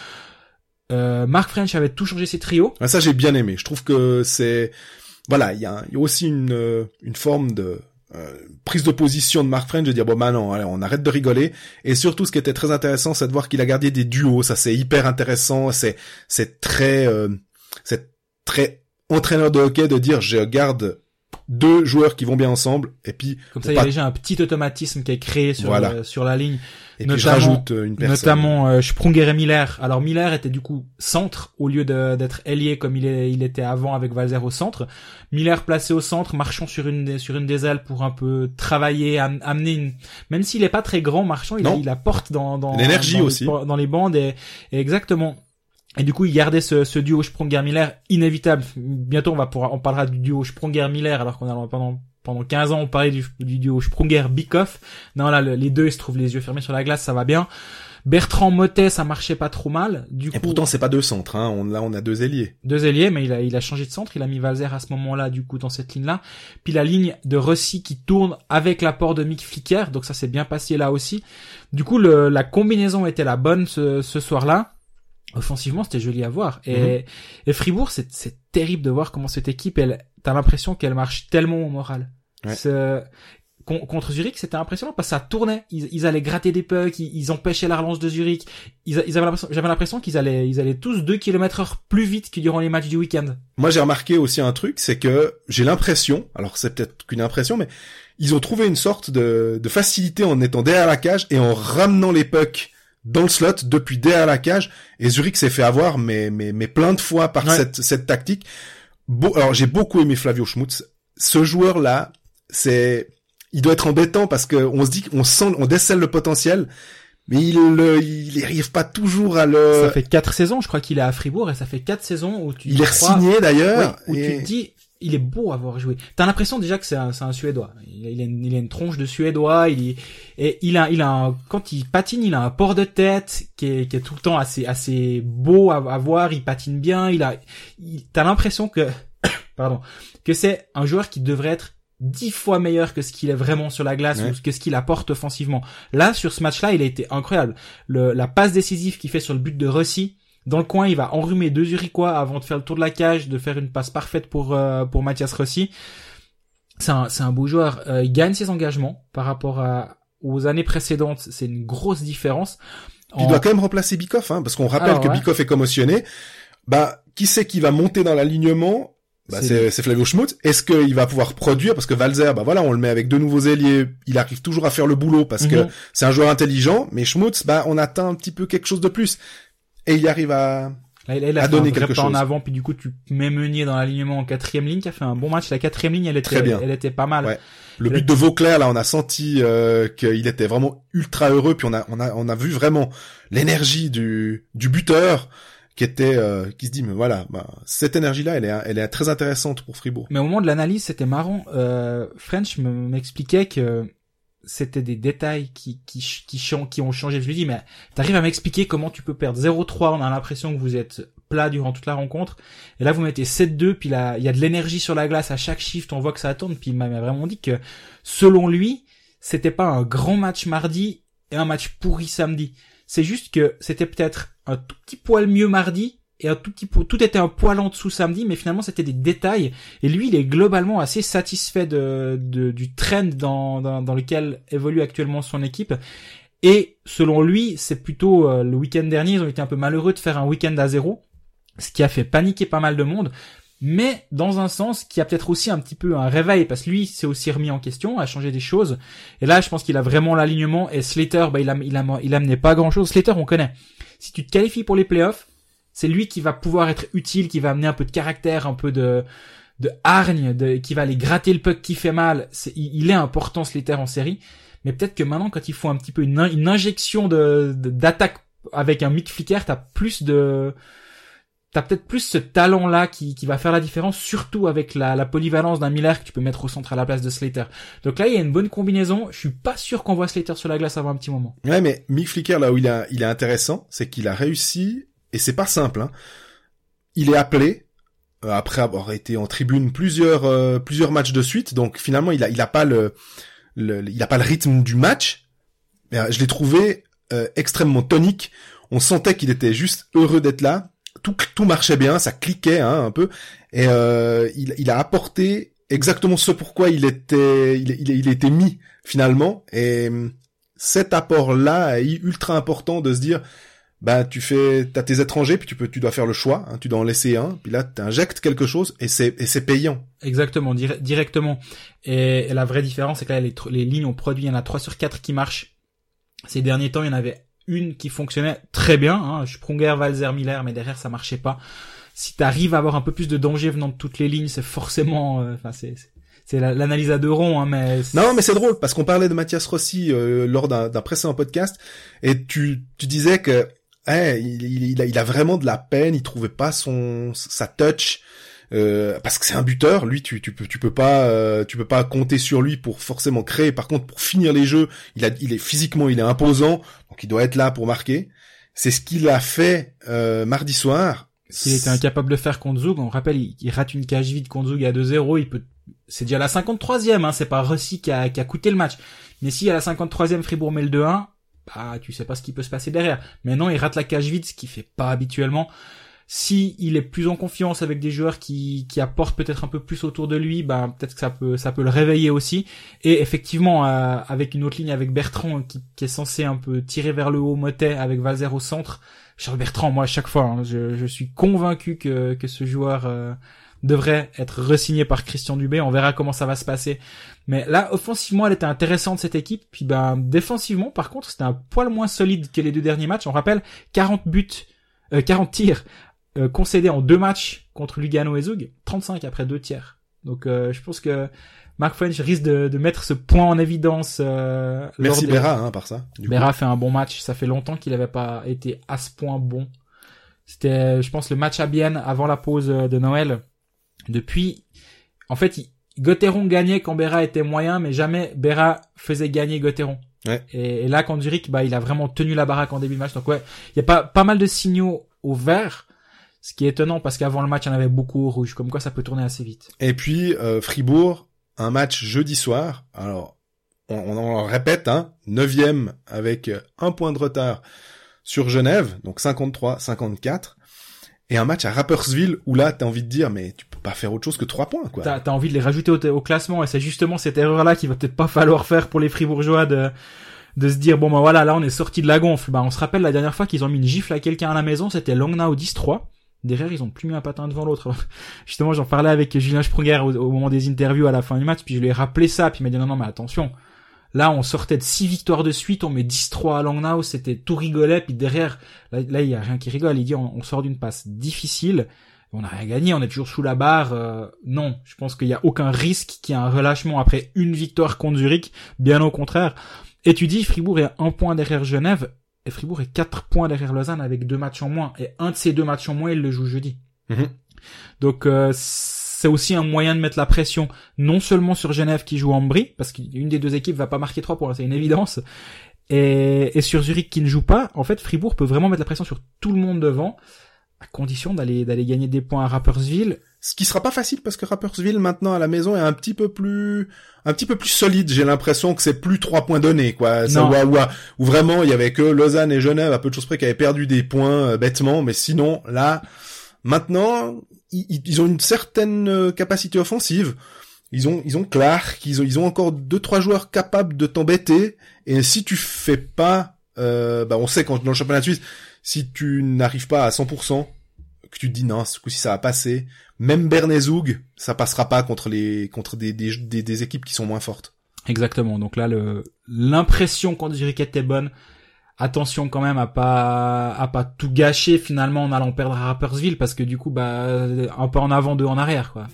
euh, Mark French avait tout changé ses trios. Ah, ça j'ai bien aimé. Je trouve que c'est voilà, il y a, y a aussi une euh, une forme de euh, prise de position de Mark French de dire bon bah non, allez, on arrête de rigoler. Et surtout, ce qui était très intéressant, c'est de voir qu'il a gardé des duos. Ça c'est hyper intéressant. C'est c'est très euh, c'est très entraîneur de hockey de dire je garde deux joueurs qui vont bien ensemble, et puis comme ça il y a déjà un petit automatisme qui est créé sur voilà. euh, sur la ligne, et puis je rajoute une personne, notamment euh, Sprunger et Miller. Alors Miller était du coup centre au lieu de, d'être ailier comme il est il était avant avec Valzer au centre. Miller placé au centre, marchant sur une des, sur une des ailes pour un peu travailler, am, amener une, même s'il est pas très grand, marchant il, il apporte dans dans l'énergie dans aussi les, dans les bandes et, et exactement. Et du coup, il gardait ce, ce duo Sprunger-Miller inévitable. Bientôt, on va pouvoir, on parlera du duo Sprunger-Miller, alors qu'on a pendant, pendant quinze ans, on parlait du, du duo Sprunger-Bikoff. Non, là, le, les deux, ils se trouvent les yeux fermés sur la glace, ça va bien. Bertrand Motet, ça marchait pas trop mal. Du et coup, pourtant, c'est pas deux centres, hein. On, là, on a deux ailiers. Deux ailiers, mais il a, il a changé de centre. Il a mis Valzer à ce moment-là, du coup, dans cette ligne-là. Puis la ligne de Rossi qui tourne avec l'apport de Mick Flicker. Donc ça s'est bien passé là aussi. Du coup, le, la combinaison était la bonne ce, ce soir-là. Offensivement, c'était joli à voir. Et, mm-hmm. et Fribourg, c'est, c'est terrible de voir comment cette équipe, elle, t'as l'impression qu'elle marche tellement au moral. Ouais. C'est, con, contre Zurich, c'était impressionnant parce que ça tournait. Ils, ils allaient gratter des pucks, ils, ils empêchaient la relance de Zurich. Ils, ils avaient l'impression, j'avais l'impression qu'ils allaient, ils allaient tous deux kilomètres heure plus vite que durant les matchs du week-end. Moi, j'ai remarqué aussi un truc, c'est que j'ai l'impression, alors c'est peut-être qu'une impression, mais ils ont trouvé une sorte de, de facilité en étant derrière la cage et en ramenant les pucks dans le slot depuis derrière la cage, et Zurich s'est fait avoir mais mais mais plein de fois par ouais. cette cette tactique. Bon, alors j'ai beaucoup aimé Flavio Schmutz. Ce joueur là, c'est il doit être embêtant parce que on se dit qu'on sent on décèle le potentiel, mais il le il arrive pas toujours à le. Ça fait quatre saisons, je crois qu'il est à Fribourg, et ça fait quatre saisons où tu il est re-signé d'ailleurs, ouais, où et... tu te dis il est beau à voir jouer. T'as l'impression déjà que c'est un, c'est un Suédois. Il a, il a une, il a une tronche de Suédois. Il, et il a, il a un, quand il patine, il a un port de tête qui est, qui est tout le temps assez, assez beau à, à voir. Il patine bien. Il a, il, t'as l'impression que, pardon, que c'est un joueur qui devrait être dix fois meilleur que ce qu'il est vraiment sur la glace ouais. ou que ce qu'il apporte offensivement. Là, sur ce match-là, il a été incroyable. Le, la passe décisive qu'il fait sur le but de Rossi. Dans le coin, il va enrhumer deux Zurichois avant de faire le tour de la cage, de faire une passe parfaite pour euh, pour Mathias Rossi. C'est un c'est un beau joueur. Euh, il gagne ses engagements par rapport à aux années précédentes. C'est une grosse différence. En... Il doit quand même remplacer Bikoff, hein, parce qu'on rappelle Alors, que ouais. Bikoff est commotionné. Bah, qui c'est qui va monter dans l'alignement? Bah, c'est, c'est, c'est Flavio Schmutz. Est-ce qu'il va pouvoir produire? Parce que Valzer, bah voilà, on le met avec deux nouveaux ailiers. Il arrive toujours à faire le boulot parce mm-hmm. que c'est un joueur intelligent. Mais Schmutz, bah, on attend un petit peu quelque chose de plus. Et il arrive à, là, il, il a à donner quelque chose. En avant, puis du coup, tu mets Meunier dans l'alignement en quatrième ligne, qui a fait un bon match. La quatrième ligne, elle était, Très bien. elle était pas mal. Ouais. Le but de Vauclair, là, on a senti euh, qu'il était vraiment ultra heureux. Puis on a, on a, on a vu vraiment l'énergie du, du buteur qui était, euh, qui se dit, mais voilà, bah, cette énergie-là, elle est, elle est très intéressante pour Fribourg. Mais au moment de l'analyse, c'était marrant. Euh, French me, m'expliquait que c'était des détails qui qui qui, qui ont changé. Je lui dis, mais t'arrives à m'expliquer comment tu peux perdre zéro trois, on a l'impression que vous êtes plat durant toute la rencontre, et là vous mettez sept deux, puis là il y a de l'énergie sur la glace à chaque shift, on voit que ça tourne, puis il m'a vraiment dit que selon lui c'était pas un grand match mardi et un match pourri samedi, c'est juste que c'était peut-être un tout petit poil mieux mardi et un tout petit peu, tout était un poil en dessous samedi, mais finalement c'était des détails, et lui il est globalement assez satisfait de, de du trend dans, dans dans lequel évolue actuellement son équipe, Et selon lui, c'est plutôt euh, le week-end dernier, ils ont été un peu malheureux de faire un week-end à zéro, ce qui a fait paniquer pas mal de monde. Mais dans un sens qui a peut-être aussi un petit peu un réveil, parce que lui s'est aussi remis en question, a changé des choses. Et là, je pense qu'il a vraiment l'alignement. Et Slater, bah il a, il a, il amenait pas grand-chose. Slater, on connaît. Si tu te qualifies pour les playoffs, c'est lui qui va pouvoir être utile, qui va amener un peu de caractère, un peu de de hargne, de, qui va aller gratter le puck qui fait mal. C'est, il, il est important Slater en série. Mais peut-être que maintenant, quand il faut un petit peu une, une injection de, de d'attaque avec un Mick Flicker, t'as plus de T'as peut-être plus ce talent-là qui, qui va faire la différence, surtout avec la, la polyvalence d'un Miller que tu peux mettre au centre à la place de Slater. Donc là, il y a une bonne combinaison. Je suis pas sûr qu'on voit Slater sur la glace avant un petit moment. Ouais, mais Mick Flicker, là où il, a, il est intéressant, c'est qu'il a réussi, et c'est pas simple, hein. Il est appelé, euh, après avoir été en tribune plusieurs, euh, plusieurs matchs de suite, donc finalement, il a, il a pas le, le, il a pas le rythme du match. Mais, euh, je l'ai trouvé, euh, extrêmement tonique. On sentait qu'il était juste heureux d'être là. Tout, tout marchait bien, ça cliquait hein, un peu, et euh, il, il a apporté exactement ce pourquoi il était, il, il, il était mis finalement. Et cet apport-là est ultra important de se dire, bah tu fais, t'as tes étrangers, puis tu peux, tu dois faire le choix, hein, tu dois en laisser un, puis là t'injectes quelque chose et c'est, et c'est payant. Exactement, dire, directement. Et, et la vraie différence, c'est que là les, les lignes ont produit, il y en a trois sur quatre qui marchent. Ces derniers temps, il y en avait une qui fonctionnait très bien, hein, Sprunger, Valzer, Miller, mais derrière ça marchait pas. Si t'arrives à avoir un peu plus de danger venant de toutes les lignes, c'est forcément, enfin euh, c'est, c'est c'est la, l'analyse à deux ronds, hein, mais non, mais c'est drôle parce qu'on parlait de Mathias Rossi euh, lors d'un, d'un précédent podcast et tu tu disais que hey, il, il, il, a, il a vraiment de la peine, il trouvait pas son sa touch. Euh, parce que c'est un buteur, lui tu tu peux tu peux pas euh, tu peux pas compter sur lui pour forcément créer. Par contre pour finir les jeux, il a il est physiquement il est imposant, donc il doit être là pour marquer. C'est ce qu'il a fait euh, mardi soir. S'il était incapable de faire contre Zug, on rappelle il, il rate une cage vide contre Zug à deux zéro, il peut c'est déjà la cinquante-troisième hein, c'est pas Rossi qui a qui a coûté le match. Mais si à la cinquante-troisième Fribourg met le deux un, bah tu sais pas ce qui peut se passer derrière. Mais non, il rate la cage vide, ce qu'il fait pas habituellement. Si il est plus en confiance avec des joueurs qui qui apportent peut-être un peu plus autour de lui, bah peut-être que ça peut ça peut le réveiller aussi. Et effectivement euh, avec une autre ligne avec Bertrand qui, qui est censé un peu tirer vers le haut, Motet avec Valzer au centre. Charles Bertrand, moi à chaque fois, hein, je je suis convaincu que que ce joueur euh, devrait être re-signé par Christian Dubé. On verra comment ça va se passer. Mais là offensivement, elle était intéressante cette équipe. Puis ben défensivement, par contre, c'était un poil moins solide que les deux derniers matchs. On rappelle quarante buts, euh, quarante tirs. Euh, concédé en deux matchs contre Lugano et Zug, trente-cinq après deux tiers. Donc euh, je pense que Mark French risque de, de mettre ce point en évidence. Euh, Merci des... Berra hein, par ça. Berra fait un bon match. Ça fait longtemps qu'il n'avait pas été à ce point bon. C'était, je pense, le match à Bienne avant la pause de Noël. Depuis, en fait, il... Gauthieron gagnait quand Berra était moyen, mais jamais Berra faisait gagner Gauthieron. Ouais. Et, et là, quand Zurich, bah, il a vraiment tenu la baraque en début de match. Donc ouais, il y a pas pas mal de signaux au vert. Ce qui est étonnant parce qu'avant le match, il y en avait beaucoup au rouge. Comme quoi, ça peut tourner assez vite. Et puis, euh, Fribourg, un match jeudi soir. Alors, on, on en répète, hein, neuvième avec un point de retard sur Genève, donc cinquante-trois cinquante-quatre. Et un match à Rapperswil où là, t'as envie de dire, mais tu peux pas faire autre chose que trois points, quoi. T'as, t'as envie de les rajouter au, au classement et c'est justement cette erreur-là qu'il va peut-être pas falloir faire pour les Fribourgeois de... de se dire bon ben voilà là on est sorti de la gonfle. Bah on se rappelle la dernière fois qu'ils ont mis une gifle à quelqu'un à la maison, c'était Langnau dix trois. Derrière ils ont plus mis un patin devant l'autre. Justement j'en parlais avec Julien Sprunger au, au moment des interviews à la fin du match, puis je lui ai rappelé ça, puis il m'a dit non non mais attention, là on sortait de six victoires de suite, on met dix trois à Langnau, c'était tout rigolait, puis derrière là, là il y a rien qui rigole, il dit on, on sort d'une passe difficile, on n'a rien gagné, on est toujours sous la barre. Euh, non, je pense qu'il y a aucun risque qu'il y ait un relâchement après une victoire contre Zurich, bien au contraire. Et tu dis, Fribourg est un point derrière Genève, et Fribourg est quatre points derrière Lausanne avec deux matchs en moins. Et un de ces deux matchs en moins, il le joue jeudi. Mm-hmm. Donc, euh, c'est aussi un moyen de mettre la pression, non seulement sur Genève qui joue en bris, parce qu'une des deux équipes va pas marquer trois points, c'est une évidence, et, et sur Zurich qui ne joue pas. En fait, Fribourg peut vraiment mettre la pression sur tout le monde devant, à condition d'aller d'aller gagner des points à Rapperswil. Ce qui sera pas facile parce que Rapperswil maintenant à la maison est un petit peu plus un petit peu plus solide. J'ai l'impression que c'est plus trois points donnés quoi. Ça, où, où, où vraiment il y avait que Lausanne et Genève à peu de choses près qui avaient perdu des points euh, bêtement, mais sinon là maintenant ils, ils ont une certaine capacité offensive. Ils ont, ils ont Clark, ils ont, ils ont encore deux, trois joueurs capables de t'embêter. Et si tu fais pas, euh, bah, on sait quand, dans le championnat suisse, si tu n'arrives pas à cent pour cent, que tu te dis non, ce coup-ci ça va passer, même Bernezug, ça passera pas contre les, contre des, des, des, des équipes qui sont moins fortes. Exactement. Donc là, le, l'impression qu'on dirait qu'elle était bonne. Attention quand même à pas à pas tout gâcher finalement en allant perdre à Rapperswil parce que du coup bah un peu en avant, deux en arrière quoi.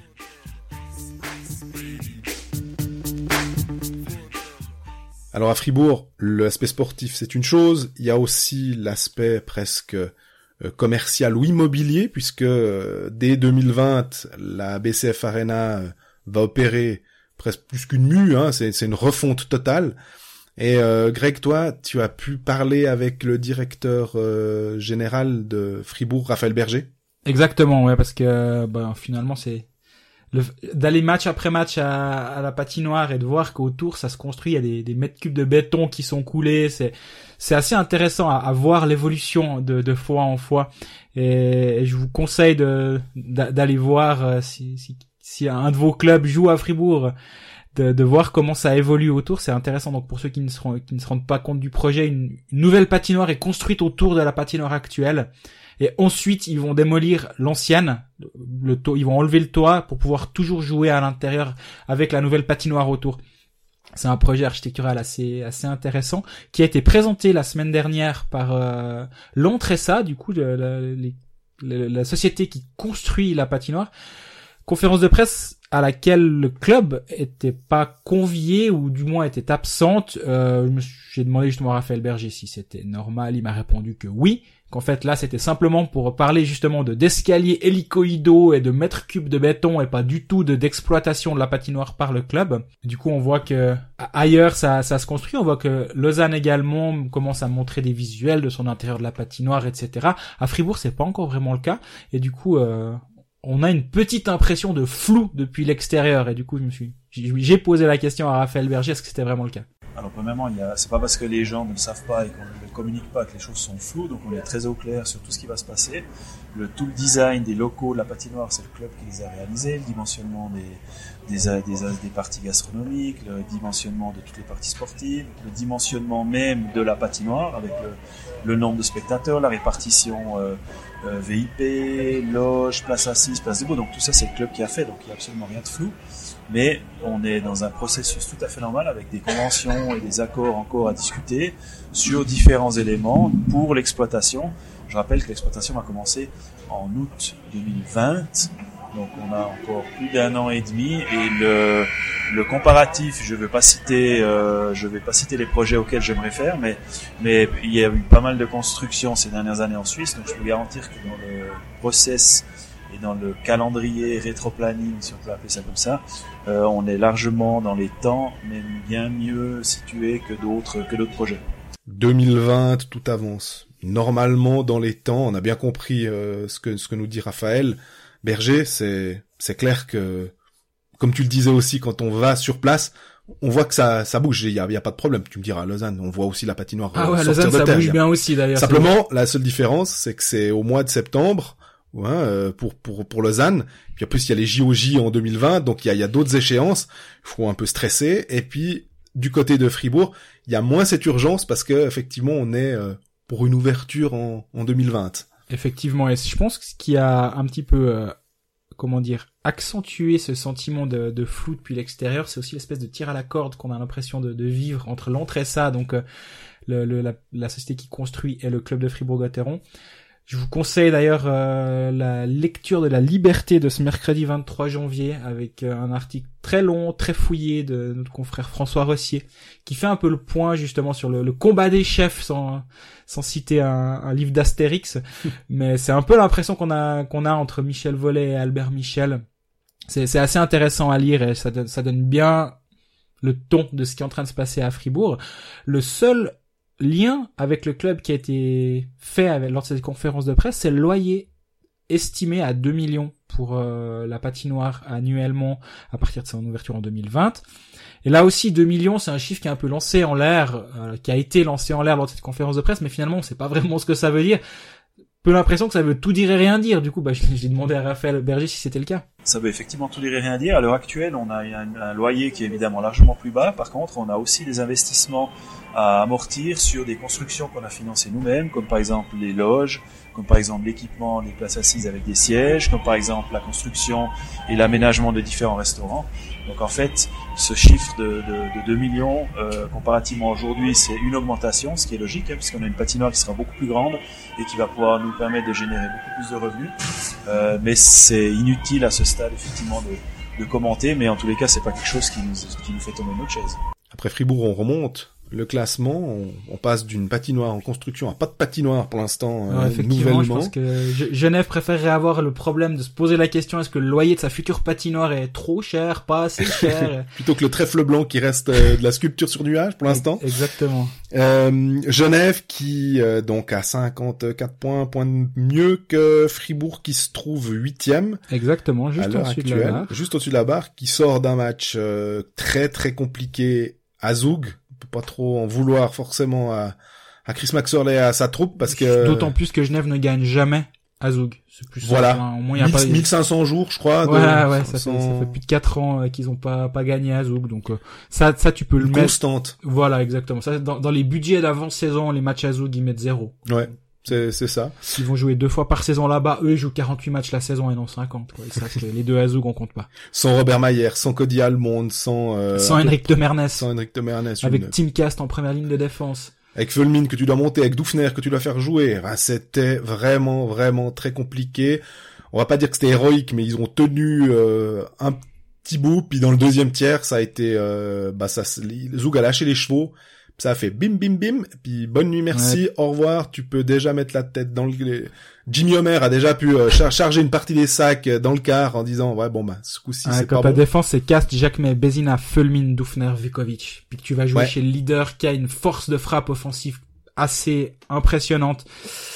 Alors à Fribourg, l'aspect sportif c'est une chose, il y a aussi l'aspect presque euh, commercial ou immobilier puisque euh, dès deux mille vingt, la B C F Arena euh, va opérer presque plus qu'une mue, hein, c'est c'est une refonte totale. Et euh, Greg, toi, tu as pu parler avec le directeur euh, général de Fribourg, Raphaël Berger. Exactement, ouais, parce que bah, finalement, c'est le... d'aller match après match à... à la patinoire et de voir qu'autour, ça se construit, il y a des, des mètres cubes de béton qui sont coulés. C'est c'est assez intéressant à, à voir l'évolution de, de fois en fois. Et, et je vous conseille de d'aller voir euh, si, si si un de vos clubs joue à Fribourg. De, de voir comment ça évolue autour, c'est intéressant. Donc pour ceux qui ne se rendent, qui ne se rendent pas compte du projet, une, une nouvelle patinoire est construite autour de la patinoire actuelle. Et ensuite, ils vont démolir l'ancienne, le toit, ils vont enlever le toit pour pouvoir toujours jouer à l'intérieur avec la nouvelle patinoire autour. C'est un projet architectural assez assez intéressant qui a été présenté la semaine dernière par euh, l'Entressa, du coup la, la, les, la, la société qui construit la patinoire. Conférence de presse à laquelle le club était pas convié ou du moins était absente. Euh, j'ai demandé justement à Raphaël Berger si c'était normal. Il m'a répondu que oui, qu'en fait là c'était simplement pour parler justement de d'escaliers hélicoïdaux et de mètres cubes de béton et pas du tout de d'exploitation de la patinoire par le club. Du coup on voit que ailleurs ça ça se construit. On voit que Lausanne également commence à montrer des visuels de son intérieur de la patinoire, et cetera. À Fribourg c'est pas encore vraiment le cas et du coup euh, on a une petite impression de flou depuis l'extérieur et du coup je me suis j'ai posé la question à Raphaël Berger, est-ce que c'était vraiment le cas? Alors premièrement, il y a, c'est pas parce que les gens ne le savent pas et qu'on ne le communique pas que les choses sont floues, donc on est très au clair sur tout ce qui va se passer. Le tout le design des locaux de la patinoire, c'est le club qui les a réalisés, le dimensionnement des des, des, des parties gastronomiques, le dimensionnement de toutes les parties sportives, le dimensionnement même de la patinoire avec le, le nombre de spectateurs, la répartition euh, euh, V I P, loge, place assise, place debout. Donc tout ça, c'est le club qui a fait, donc il n'y a absolument rien de flou. Mais on est dans un processus tout à fait normal avec des conventions et des accords encore à discuter sur différents éléments pour l'exploitation. Je rappelle que l'exploitation va commencer en août deux mille vingt, donc on a encore plus d'un an et demi. Et le, le comparatif, je ne vais pas citer, euh, je vais pas citer les projets auxquels je me réfère, mais mais il y a eu pas mal de constructions ces dernières années en Suisse, donc je peux garantir que dans le process et dans le calendrier rétro-planning, si on peut appeler ça comme ça, euh, on est largement dans les temps, mais bien mieux situé que d'autres que d'autres projets. deux mille vingt, tout avance. Normalement, dans les temps, on a bien compris euh, ce que ce que nous dit Raphaël Berger. C'est c'est clair que, comme tu le disais aussi, quand on va sur place, on voit que ça ça bouge. Il y a, il y a pas de problème. Tu me diras, à Lausanne, on voit aussi la patinoire ah ouais, sortir Lausanne, de ça terre. bouge bien aussi d'ailleurs. Simplement, la seule différence, c'est que c'est au mois de septembre. Ouais, euh, pour pour pour Lausanne. Puis en plus il y a les J O J en deux mille vingt, donc il y a il y a d'autres échéances. Il faut un peu stresser. Et puis du côté de Fribourg, il y a moins cette urgence parce que effectivement on est euh, pour une ouverture en en deux mille vingt. Effectivement, et je pense que ce qui a un petit peu euh, comment dire accentué ce sentiment de, de flou depuis l'extérieur, c'est aussi l'espèce de tir à la corde qu'on a l'impression de, de vivre entre l'Entressa, donc euh, le, le la, la société qui construit, et le club de Fribourg-Gotteron. Je vous conseille d'ailleurs euh, la lecture de La Liberté de ce mercredi vingt-trois janvier avec euh, un article très long, très fouillé de notre confrère François Rossier qui fait un peu le point justement sur le, le combat des chefs sans sans citer un, un livre d'Astérix, mais c'est un peu l'impression qu'on a qu'on a entre Michel Vollet et Albert Michel. C'est c'est assez intéressant à lire et ça donne ça donne bien le ton de ce qui est en train de se passer à Fribourg. Le seul lien avec le club qui a été fait avec, lors de cette conférence de presse, c'est le loyer estimé à deux millions pour euh, la patinoire annuellement à partir de son ouverture en deux mille vingt. Et là aussi, deux millions, c'est un chiffre qui est un peu lancé en l'air, euh, qui a été lancé en l'air lors de cette conférence de presse, mais finalement, on sait pas vraiment ce que ça veut dire. peu l'impression que ça veut tout dire et rien dire. Du coup, bah, j'ai demandé à Raphaël Berger si c'était le cas. Ça veut effectivement tout dire et rien dire. À l'heure actuelle, on a un, un loyer qui est évidemment largement plus bas. Par contre, on a aussi des investissements à amortir sur des constructions qu'on a financées nous-mêmes, comme par exemple les loges, comme par exemple l'équipement des places assises avec des sièges, comme par exemple la construction et l'aménagement de différents restaurants. Donc en fait, ce chiffre de, de, de deux millions, euh, comparativement à aujourd'hui, c'est une augmentation, ce qui est logique, hein, puisqu'on a une patinoire qui sera beaucoup plus grande et qui va pouvoir nous permettre de générer beaucoup plus de revenus. Euh, mais c'est inutile à ce stade, effectivement, de, de commenter, mais en tous les cas, c'est pas quelque chose qui nous, qui nous fait tomber notre chaise. Après Fribourg, on remonte le classement, on, on passe d'une patinoire en construction à pas de patinoire pour l'instant, ouais, euh, effectivement, nouvellement. Je pense que Genève préférerait avoir le problème de se poser la question, est-ce que le loyer de sa future patinoire est trop cher, pas assez cher plutôt que le trèfle blanc qui reste euh, de la sculpture sur nuage pour l'instant. Exactement. Euh, Genève qui euh, donc a cinquante-quatre points, point de mieux que Fribourg qui se trouve huitième. Exactement, juste au-dessus de la barre. Juste au-dessus de la barre, qui sort d'un match euh, très très compliqué à Zoug. Pas trop en vouloir forcément à, à Chris Maxwell et à sa troupe parce que d'autant plus que Genève ne gagne jamais à Zoug. C'est plus voilà. Ça, au moins, il y a pas mille cinq cents jours, je crois. Voilà, de... ouais, ça, sans... fait, ça fait plus de quatre ans euh, qu'ils ont pas pas gagné à Zoug, donc euh, ça ça tu peux le Une mettre constante. Voilà, exactement. Ça dans, dans les budgets d'avant-saison, les matchs à Zoug, ils mettent zéro. Ouais. C'est, c'est ça. Ils vont jouer deux fois par saison là-bas. Eux, ils jouent quarante-huit matchs la saison et non cinquante. Quoi. Et ça, c'est les deux à Zoug, on compte pas. Sans Robert Mayer, sans Cody Almond, sans... Euh, sans Henrik de Mernes. Sans Henrik de Mernes. Avec une... Tim Cast en première ligne de défense. Avec Fulmin que tu dois monter, avec Dufner que tu dois faire jouer. Enfin, c'était vraiment, vraiment très compliqué. On va pas dire que c'était héroïque, mais ils ont tenu euh, un petit bout. Puis dans le deuxième tiers, ça a été... Euh, bah ça, Zoug a lâché les chevaux. Ça a fait bim bim bim, puis bonne nuit, merci, ouais. Au revoir, tu peux déjà mettre la tête dans le... Jimmy Homer a déjà pu euh, char- charger une partie des sacs dans le quart en disant, ouais, bon, bah, ce coup-ci, ouais, c'est quand pas ta bon. défense, c'est Cast, Jacquemet, Bézina, Fulmin, Dufner, Vukovic. Puis que tu vas jouer ouais. chez le leader qui a une force de frappe offensive assez impressionnante.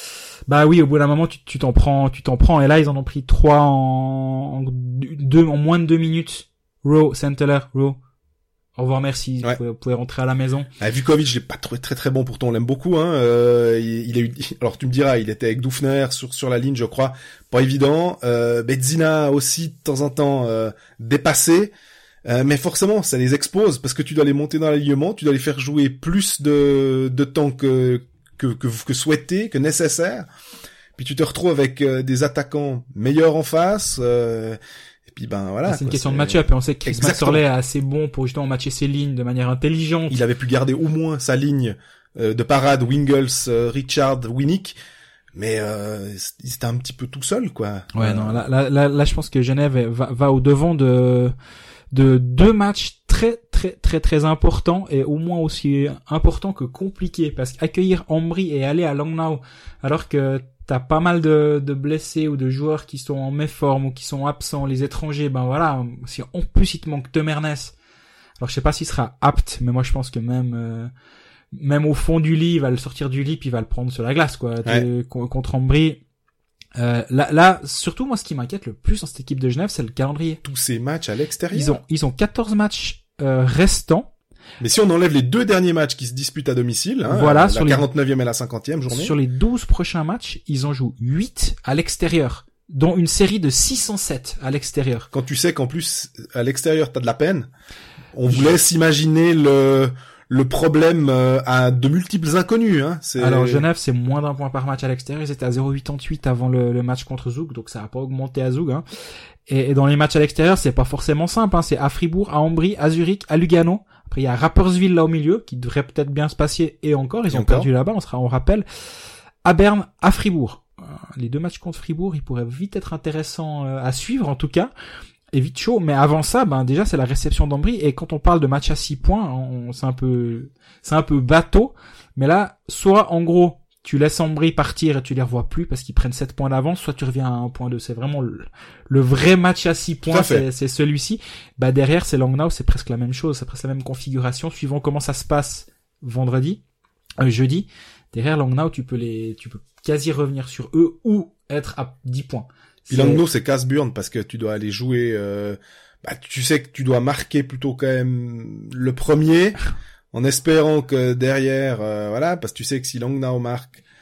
Bah oui, au bout d'un moment, tu, tu t'en prends, tu t'en prends. Et là, ils en ont pris trois en, en deux, en moins de deux minutes. Rowe, Centeler, Rowe. Au revoir, merci. Ouais. Vous, pouvez, vous pouvez rentrer à la maison. Ah, Vukovic, je l'ai pas trouvé très très bon, pourtant on l'aime beaucoup. Hein. Euh, il, il a eu. Alors tu me diras, il était avec Dufner sur sur la ligne, je crois, pas évident. Euh, Bedzina aussi de temps en temps euh, dépassé, euh, mais forcément ça les expose parce que tu dois les monter dans l'alignement, tu dois les faire jouer plus de de temps que que que, que souhaité, que nécessaire. Puis tu te retrouves avec euh, des attaquants meilleurs en face. Euh, Et puis ben voilà. C'est une quoi, question c'est... de match-up et on sait que Chris Maxwell est assez bon pour justement matcher ses lignes de manière intelligente. Il avait pu garder au moins sa ligne euh, de parade Wingles, euh, Richard, Winnick, mais euh, c'était un petit peu tout seul quoi. Ouais euh... non là, là là là je pense que Genève va va au devant de de deux matchs très très très très importants et au moins aussi importants que compliqués parce qu'accueillir Ambry et aller à Langnau alors que t'as pas mal de, de blessés ou de joueurs qui sont en méforme ou qui sont absents, les étrangers, ben voilà, si en plus il te manque de Mernes. Alors je sais pas s'il sera apte, mais moi je pense que même euh, même au fond du lit, il va le sortir du lit puis il va le prendre sur la glace quoi, ouais. de, contre Ambry. Euh, là, là, surtout moi ce qui m'inquiète le plus dans cette équipe de Genève, c'est le calendrier. Tous ces matchs à l'extérieur. Ils ont ils ont quatorze matchs euh, restants. Mais si on enlève les deux derniers matchs qui se disputent à domicile, hein, voilà, la sur quarante-neuvième les... et la cinquantième journée. Sur les douze prochains matchs, ils en jouent huit à l'extérieur, dont une série de six cent sept à l'extérieur. Quand tu sais qu'en plus, à l'extérieur, t'as de la peine, on vous laisse imaginer le, le problème euh, à de multiples inconnus. Hein. C'est... Alors Genève, c'est moins d'un point par match à l'extérieur. Ils étaient à zéro virgule quatre-vingt-huit avant le, le match contre Zoug, donc ça n'a pas augmenté à Zoug. Hein. Et, et dans les matchs à l'extérieur, c'est pas forcément simple. Hein. C'est à Fribourg, à Ambry, à Zurich, à Lugano. Après, il y a Rapperswil là au milieu, qui devrait peut-être bien se passer, et encore, ils et ont encore. perdu là-bas, on sera, on rappelle. À Berne, à Fribourg. Euh, les deux matchs contre Fribourg, ils pourraient vite être intéressants euh, à suivre, en tout cas. Et vite chaud. Mais avant ça, ben, déjà, c'est la réception d'Ambry. Et quand on parle de match à six points, on, c'est un peu, c'est un peu bateau. Mais là, soit, en gros, tu laisses Ambry partir et tu les revois plus parce qu'ils prennent sept points d'avance, soit tu reviens à un point deux. C'est vraiment le, le vrai match à six points, c'est, c'est celui-ci. Bah, derrière, c'est Langnau, c'est presque la même chose, c'est presque la même configuration, suivant comment ça se passe vendredi, euh, jeudi. Derrière Langnau, tu peux les, tu peux quasi revenir sur eux ou être à dix points. Puis Langnau, c'est casse-burne parce que tu dois aller jouer, euh, bah, tu sais que tu dois marquer plutôt quand même le premier. En espérant que derrière, euh, voilà, parce que tu sais que si Langnau marque,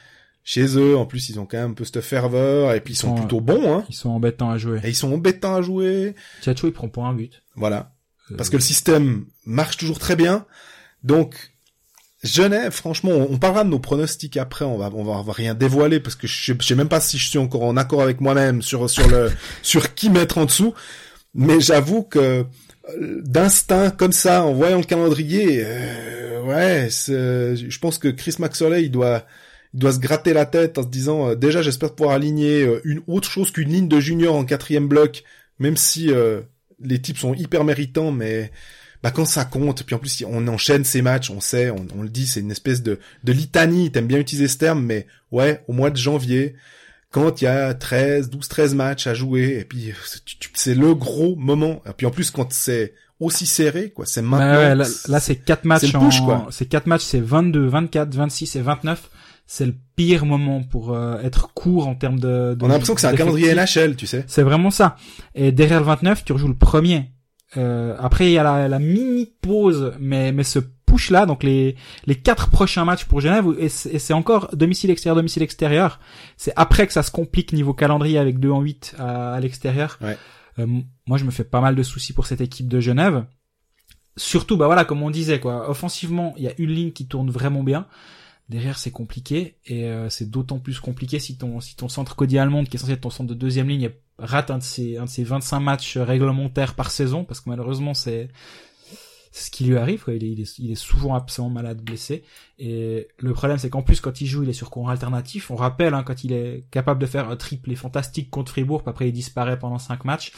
chez eux. En plus, ils ont quand même un peu cette ferveur, et puis ils, ils sont, sont plutôt bons, hein. Ils sont embêtants à jouer. Et ils sont embêtants à jouer. Tchatcho, il prend pas un but. Voilà. Euh... Parce que le système marche toujours très bien. Donc, Genève, franchement, on, on parlera de nos pronostics après, on va, on va, on va rien dévoiler, parce que je sais, je sais même pas si je suis encore en accord avec moi-même sur, sur le, sur qui mettre en dessous. Mais j'avoue que, d'instinct, comme ça, en voyant le calendrier, euh, ouais, c'est, je pense que Chris Maxwell, il doit, il doit se gratter la tête en se disant, euh, déjà, j'espère pouvoir aligner euh, une autre chose qu'une ligne de junior en quatrième bloc, même si euh, les types sont hyper méritants, mais bah quand ça compte, puis en plus on enchaîne ces matchs, on sait, on, on le dit, c'est une espèce de, de litanie, t'aimes bien utiliser ce terme, mais ouais, au mois de janvier, quand il y a treize, douze, treize matchs à jouer, et puis c'est le gros moment, et puis en plus quand c'est aussi serré, quoi, c'est maintenant. Bah ouais, là, là c'est quatre matchs, c'est le push, en... quoi. C'est quatre matchs, c'est vingt-deux, vingt-quatre, vingt-six et vingt-neuf. C'est le pire moment pour euh, être court en termes de, de on a l'impression que c'est un calendrier N H L, tu sais. C'est vraiment ça. Et derrière le vingt-neuf, tu rejoues le premier. Euh, après, il y a la, la mini pause, mais mais ce push là, donc les les quatre prochains matchs pour Genève, et c'est, et c'est encore domicile extérieur, domicile extérieur. C'est après que ça se complique niveau calendrier avec deux en huit à, à l'extérieur. Ouais. Euh, moi, je me fais pas mal de soucis pour cette équipe de Genève. Surtout, bah voilà, comme on disait, quoi. Offensivement, il y a une ligne qui tourne vraiment bien. Derrière, c'est compliqué, et euh, c'est d'autant plus compliqué si ton si ton centre Cody Almond, qui est censé être ton centre de deuxième ligne, rate un de ses un de ses vingt-cinq matchs réglementaires par saison, parce que malheureusement c'est c'est ce qui lui arrive, quoi. Il est il est il est souvent absent, malade, blessé, et le problème c'est qu'en plus quand il joue, il est sur courant alternatif. On rappelle, hein, quand il est capable de faire un triplé fantastique contre Fribourg, puis après il disparaît pendant cinq matchs.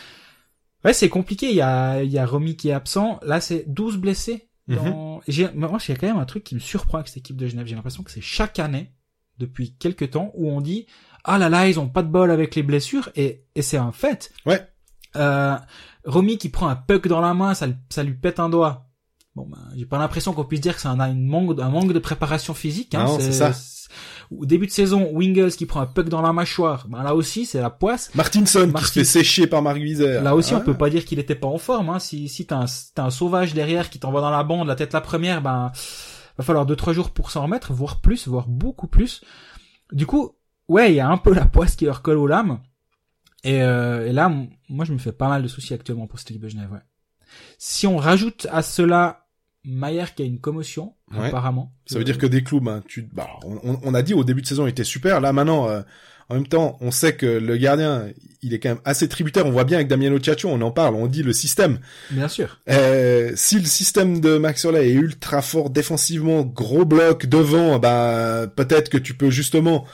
Ouais, c'est compliqué. Il y a il y a Romy qui est absent. Là, c'est douze blessés. Dans... Mm-hmm. J'ai, moi, il y a quand même un truc qui me surprend avec cette équipe de Genève. J'ai l'impression que c'est chaque année, depuis quelques temps, où on dit ah là là, ils ont pas de bol avec les blessures, et et c'est un fait. Ouais. Euh, Romy qui prend un puck dans la main, ça ça lui pète un doigt. Bon ben, j'ai pas l'impression qu'on puisse dire que c'est un, une manque un manque de préparation physique. Hein. Non, c'est, c'est ça. C'est... Au début de saison, Wingles qui prend un puck dans la mâchoire, ben là aussi c'est la poisse. Martinson Martin... qui se fait sécher par Marc Wieser. Là aussi, ah. on peut pas dire qu'il était pas en forme. Hein. Si si t'as un t'as un sauvage derrière qui t'envoie dans la bande, la tête la première, ben va falloir deux trois jours pour s'en remettre, voire plus, voire beaucoup plus. Du coup, ouais, il y a un peu la poisse qui leur colle aux lames. Et, euh, et là, m- moi, je me fais pas mal de soucis actuellement pour cette équipe de Genève. Ouais. Si on rajoute à cela Mayer qui a une commotion, ouais. apparemment. Ça veut dire que des clous, ben, tu, bah, on, on a dit au début de saison, il était super. Là, maintenant, euh, en même temps, on sait que le gardien, il est quand même assez tributaire. On voit bien avec Damiano Tchatcho, on en parle, on dit le système. Bien sûr. Euh, si le système de Max Orley est ultra fort défensivement, gros bloc devant, bah, peut-être que tu peux justement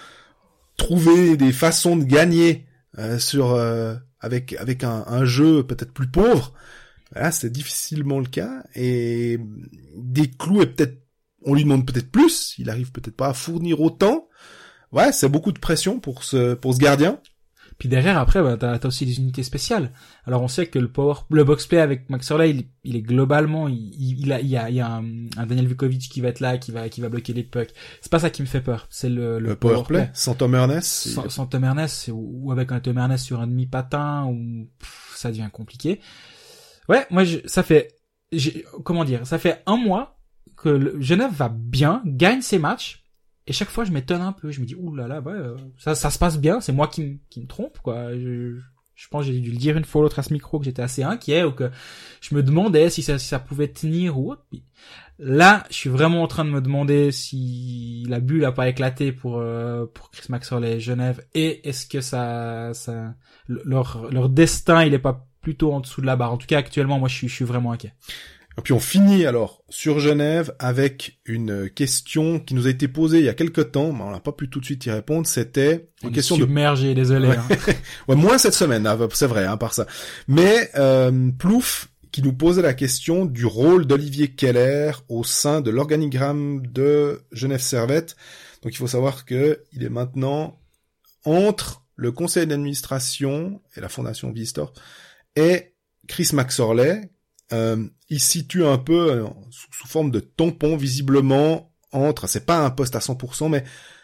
trouver des façons de gagner euh, sur euh, avec avec un, un jeu peut-être plus pauvre. Là, c'est difficilement le cas, et des clous, et peut-être, on lui demande peut-être plus, il arrive peut-être pas à fournir autant. Ouais, c'est beaucoup de pression pour ce, pour ce gardien. Puis derrière, après, bah, t'as, t'as aussi des unités spéciales. Alors, on sait que le power, le box-play avec Max Orley, il, il est globalement, il, il a, il y a, il y a un, un Daniel Vukovic qui va être là, qui va, qui va bloquer les pucks. C'est pas ça qui me fait peur. C'est le, le, le power, power play. play. Sans Tom Ernest. Sans, sans Tom Ernest, ou, ou avec un Tom Ernest sur un demi-patin, ou, pff, ça devient compliqué. Ouais, moi, je, ça fait, j'ai, comment dire, ça fait un mois que le, Genève va bien, gagne ses matchs, et chaque fois je m'étonne un peu, je me dis ouh là là, ouais, ça, ça se passe bien, c'est moi qui, m- qui me trompe, quoi. Je, je pense que j'ai dû le dire une fois l'autre à ce micro que j'étais assez inquiet, ou que je me demandais si ça, si ça pouvait tenir ou autre. Puis là, je suis vraiment en train de me demander si la bulle a pas éclaté pour euh, pour Chris Maxwell et Genève, et est-ce que ça, ça, leur leur destin il est pas plutôt en dessous de la barre. En tout cas, actuellement, moi, je suis, je suis vraiment inquiet. Et puis, on finit, alors, sur Genève, avec une question qui nous a été posée il y a quelque temps, mais on n'a pas pu tout de suite y répondre, c'était une on question est submergé, de... désolé. Ouais. Hein. ouais, moins cette semaine, hein, c'est vrai, hein, par ça. Mais, euh, Plouf, qui nous posait la question du rôle d'Olivier Keller au sein de l'organigramme de Genève Servette. Donc, il faut savoir que il est maintenant entre le conseil d'administration et la fondation Vistor et Chris Maxorley. Euh, il se situe un peu euh, sous, sous forme de tampon, visiblement, entre, c'est pas un poste à cent pour cent, mais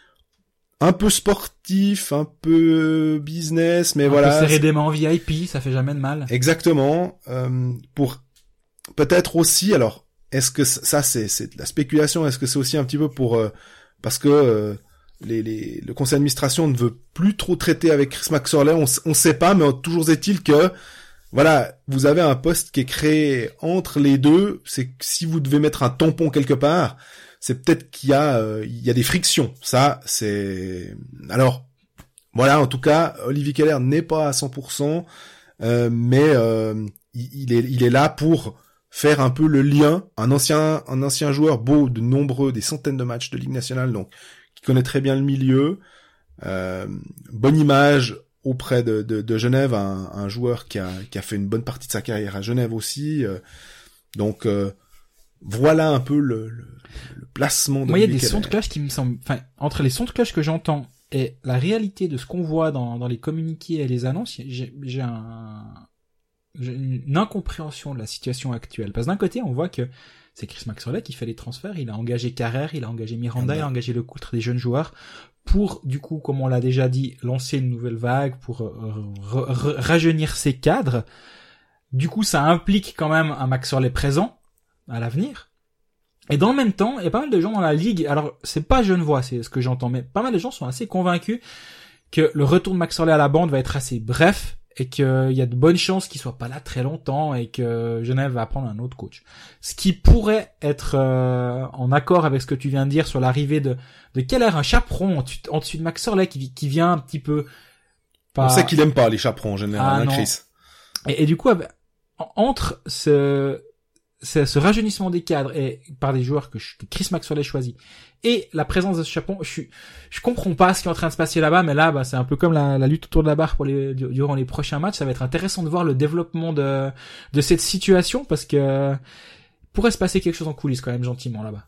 un peu sportif, un peu business, mais un voilà. Un peu serré des mains en V I P, ça fait jamais de mal. Exactement. Euh, pour peut-être aussi, alors, est-ce que ça, c'est, c'est de la spéculation, est-ce que c'est aussi un petit peu pour, euh, parce que euh, les, les, le conseil d'administration ne veut plus trop traiter avec Chris McSorley, on, on sait pas, mais toujours est-il que, voilà, vous avez un poste qui est créé entre les deux, c'est que si vous devez mettre un tampon quelque part, c'est peut-être qu'il y a, euh, il y a des frictions. Ça, c'est, alors, voilà, en tout cas, Olivier Keller n'est pas à cent pour cent, euh, mais, euh, il, il est, il est là pour faire un peu le lien, un ancien, un ancien joueur beau de nombreux, des centaines de matchs de Ligue nationale, donc, qui connaît très bien le milieu, euh, bonne image auprès de, de, de Genève, un, un joueur qui a, qui a fait une bonne partie de sa carrière à Genève aussi, euh, donc, euh, voilà un peu le, le, le placement de Moi, il y a des Keller. sons de cloche qui me semblent, enfin, entre les sons de cloche que j'entends et la réalité de ce qu'on voit dans, dans les communiqués et les annonces, j'ai, j'ai un, j'ai une incompréhension de la situation actuelle. Parce que d'un côté, on voit que c'est Chris McSorley qui fait les transferts, il a engagé Carrère, il a engagé Miranda, ah, il a engagé Le Coultre, des jeunes joueurs, pour, du coup, comme on l'a déjà dit, lancer une nouvelle vague, pour euh, r- r- rajeunir ses cadres. Du coup, ça implique quand même un McSorley présent à l'avenir. Et dans le même temps, il y a pas mal de gens dans la ligue, alors c'est pas Genevois, c'est ce que j'entends, mais pas mal de gens sont assez convaincus que le retour de McSorley à la bande va être assez bref, et qu'il y a de bonnes chances qu'il soit pas là très longtemps, et que Genève va prendre un autre coach. Ce qui pourrait être euh, en accord avec ce que tu viens de dire sur l'arrivée de, de Keller, un chaperon en dessus de McSorley, qui, qui vient un petit peu... Pas... On sait qu'il aime pas les chaperons en général, ah, hein, non. Chris. Et, et du coup, entre ce... c'est ce rajeunissement des cadres et par des joueurs que, je, que Chris Maxwell a choisi et la présence de ce chaperon, je suis, je comprends pas ce qui est en train de se passer là-bas, mais là, bah, c'est un peu comme la, la lutte autour de la barre pour les, durant les prochains matchs. Ça va être intéressant de voir le développement de, de cette situation parce que il pourrait se passer quelque chose en coulisses quand même gentiment là-bas.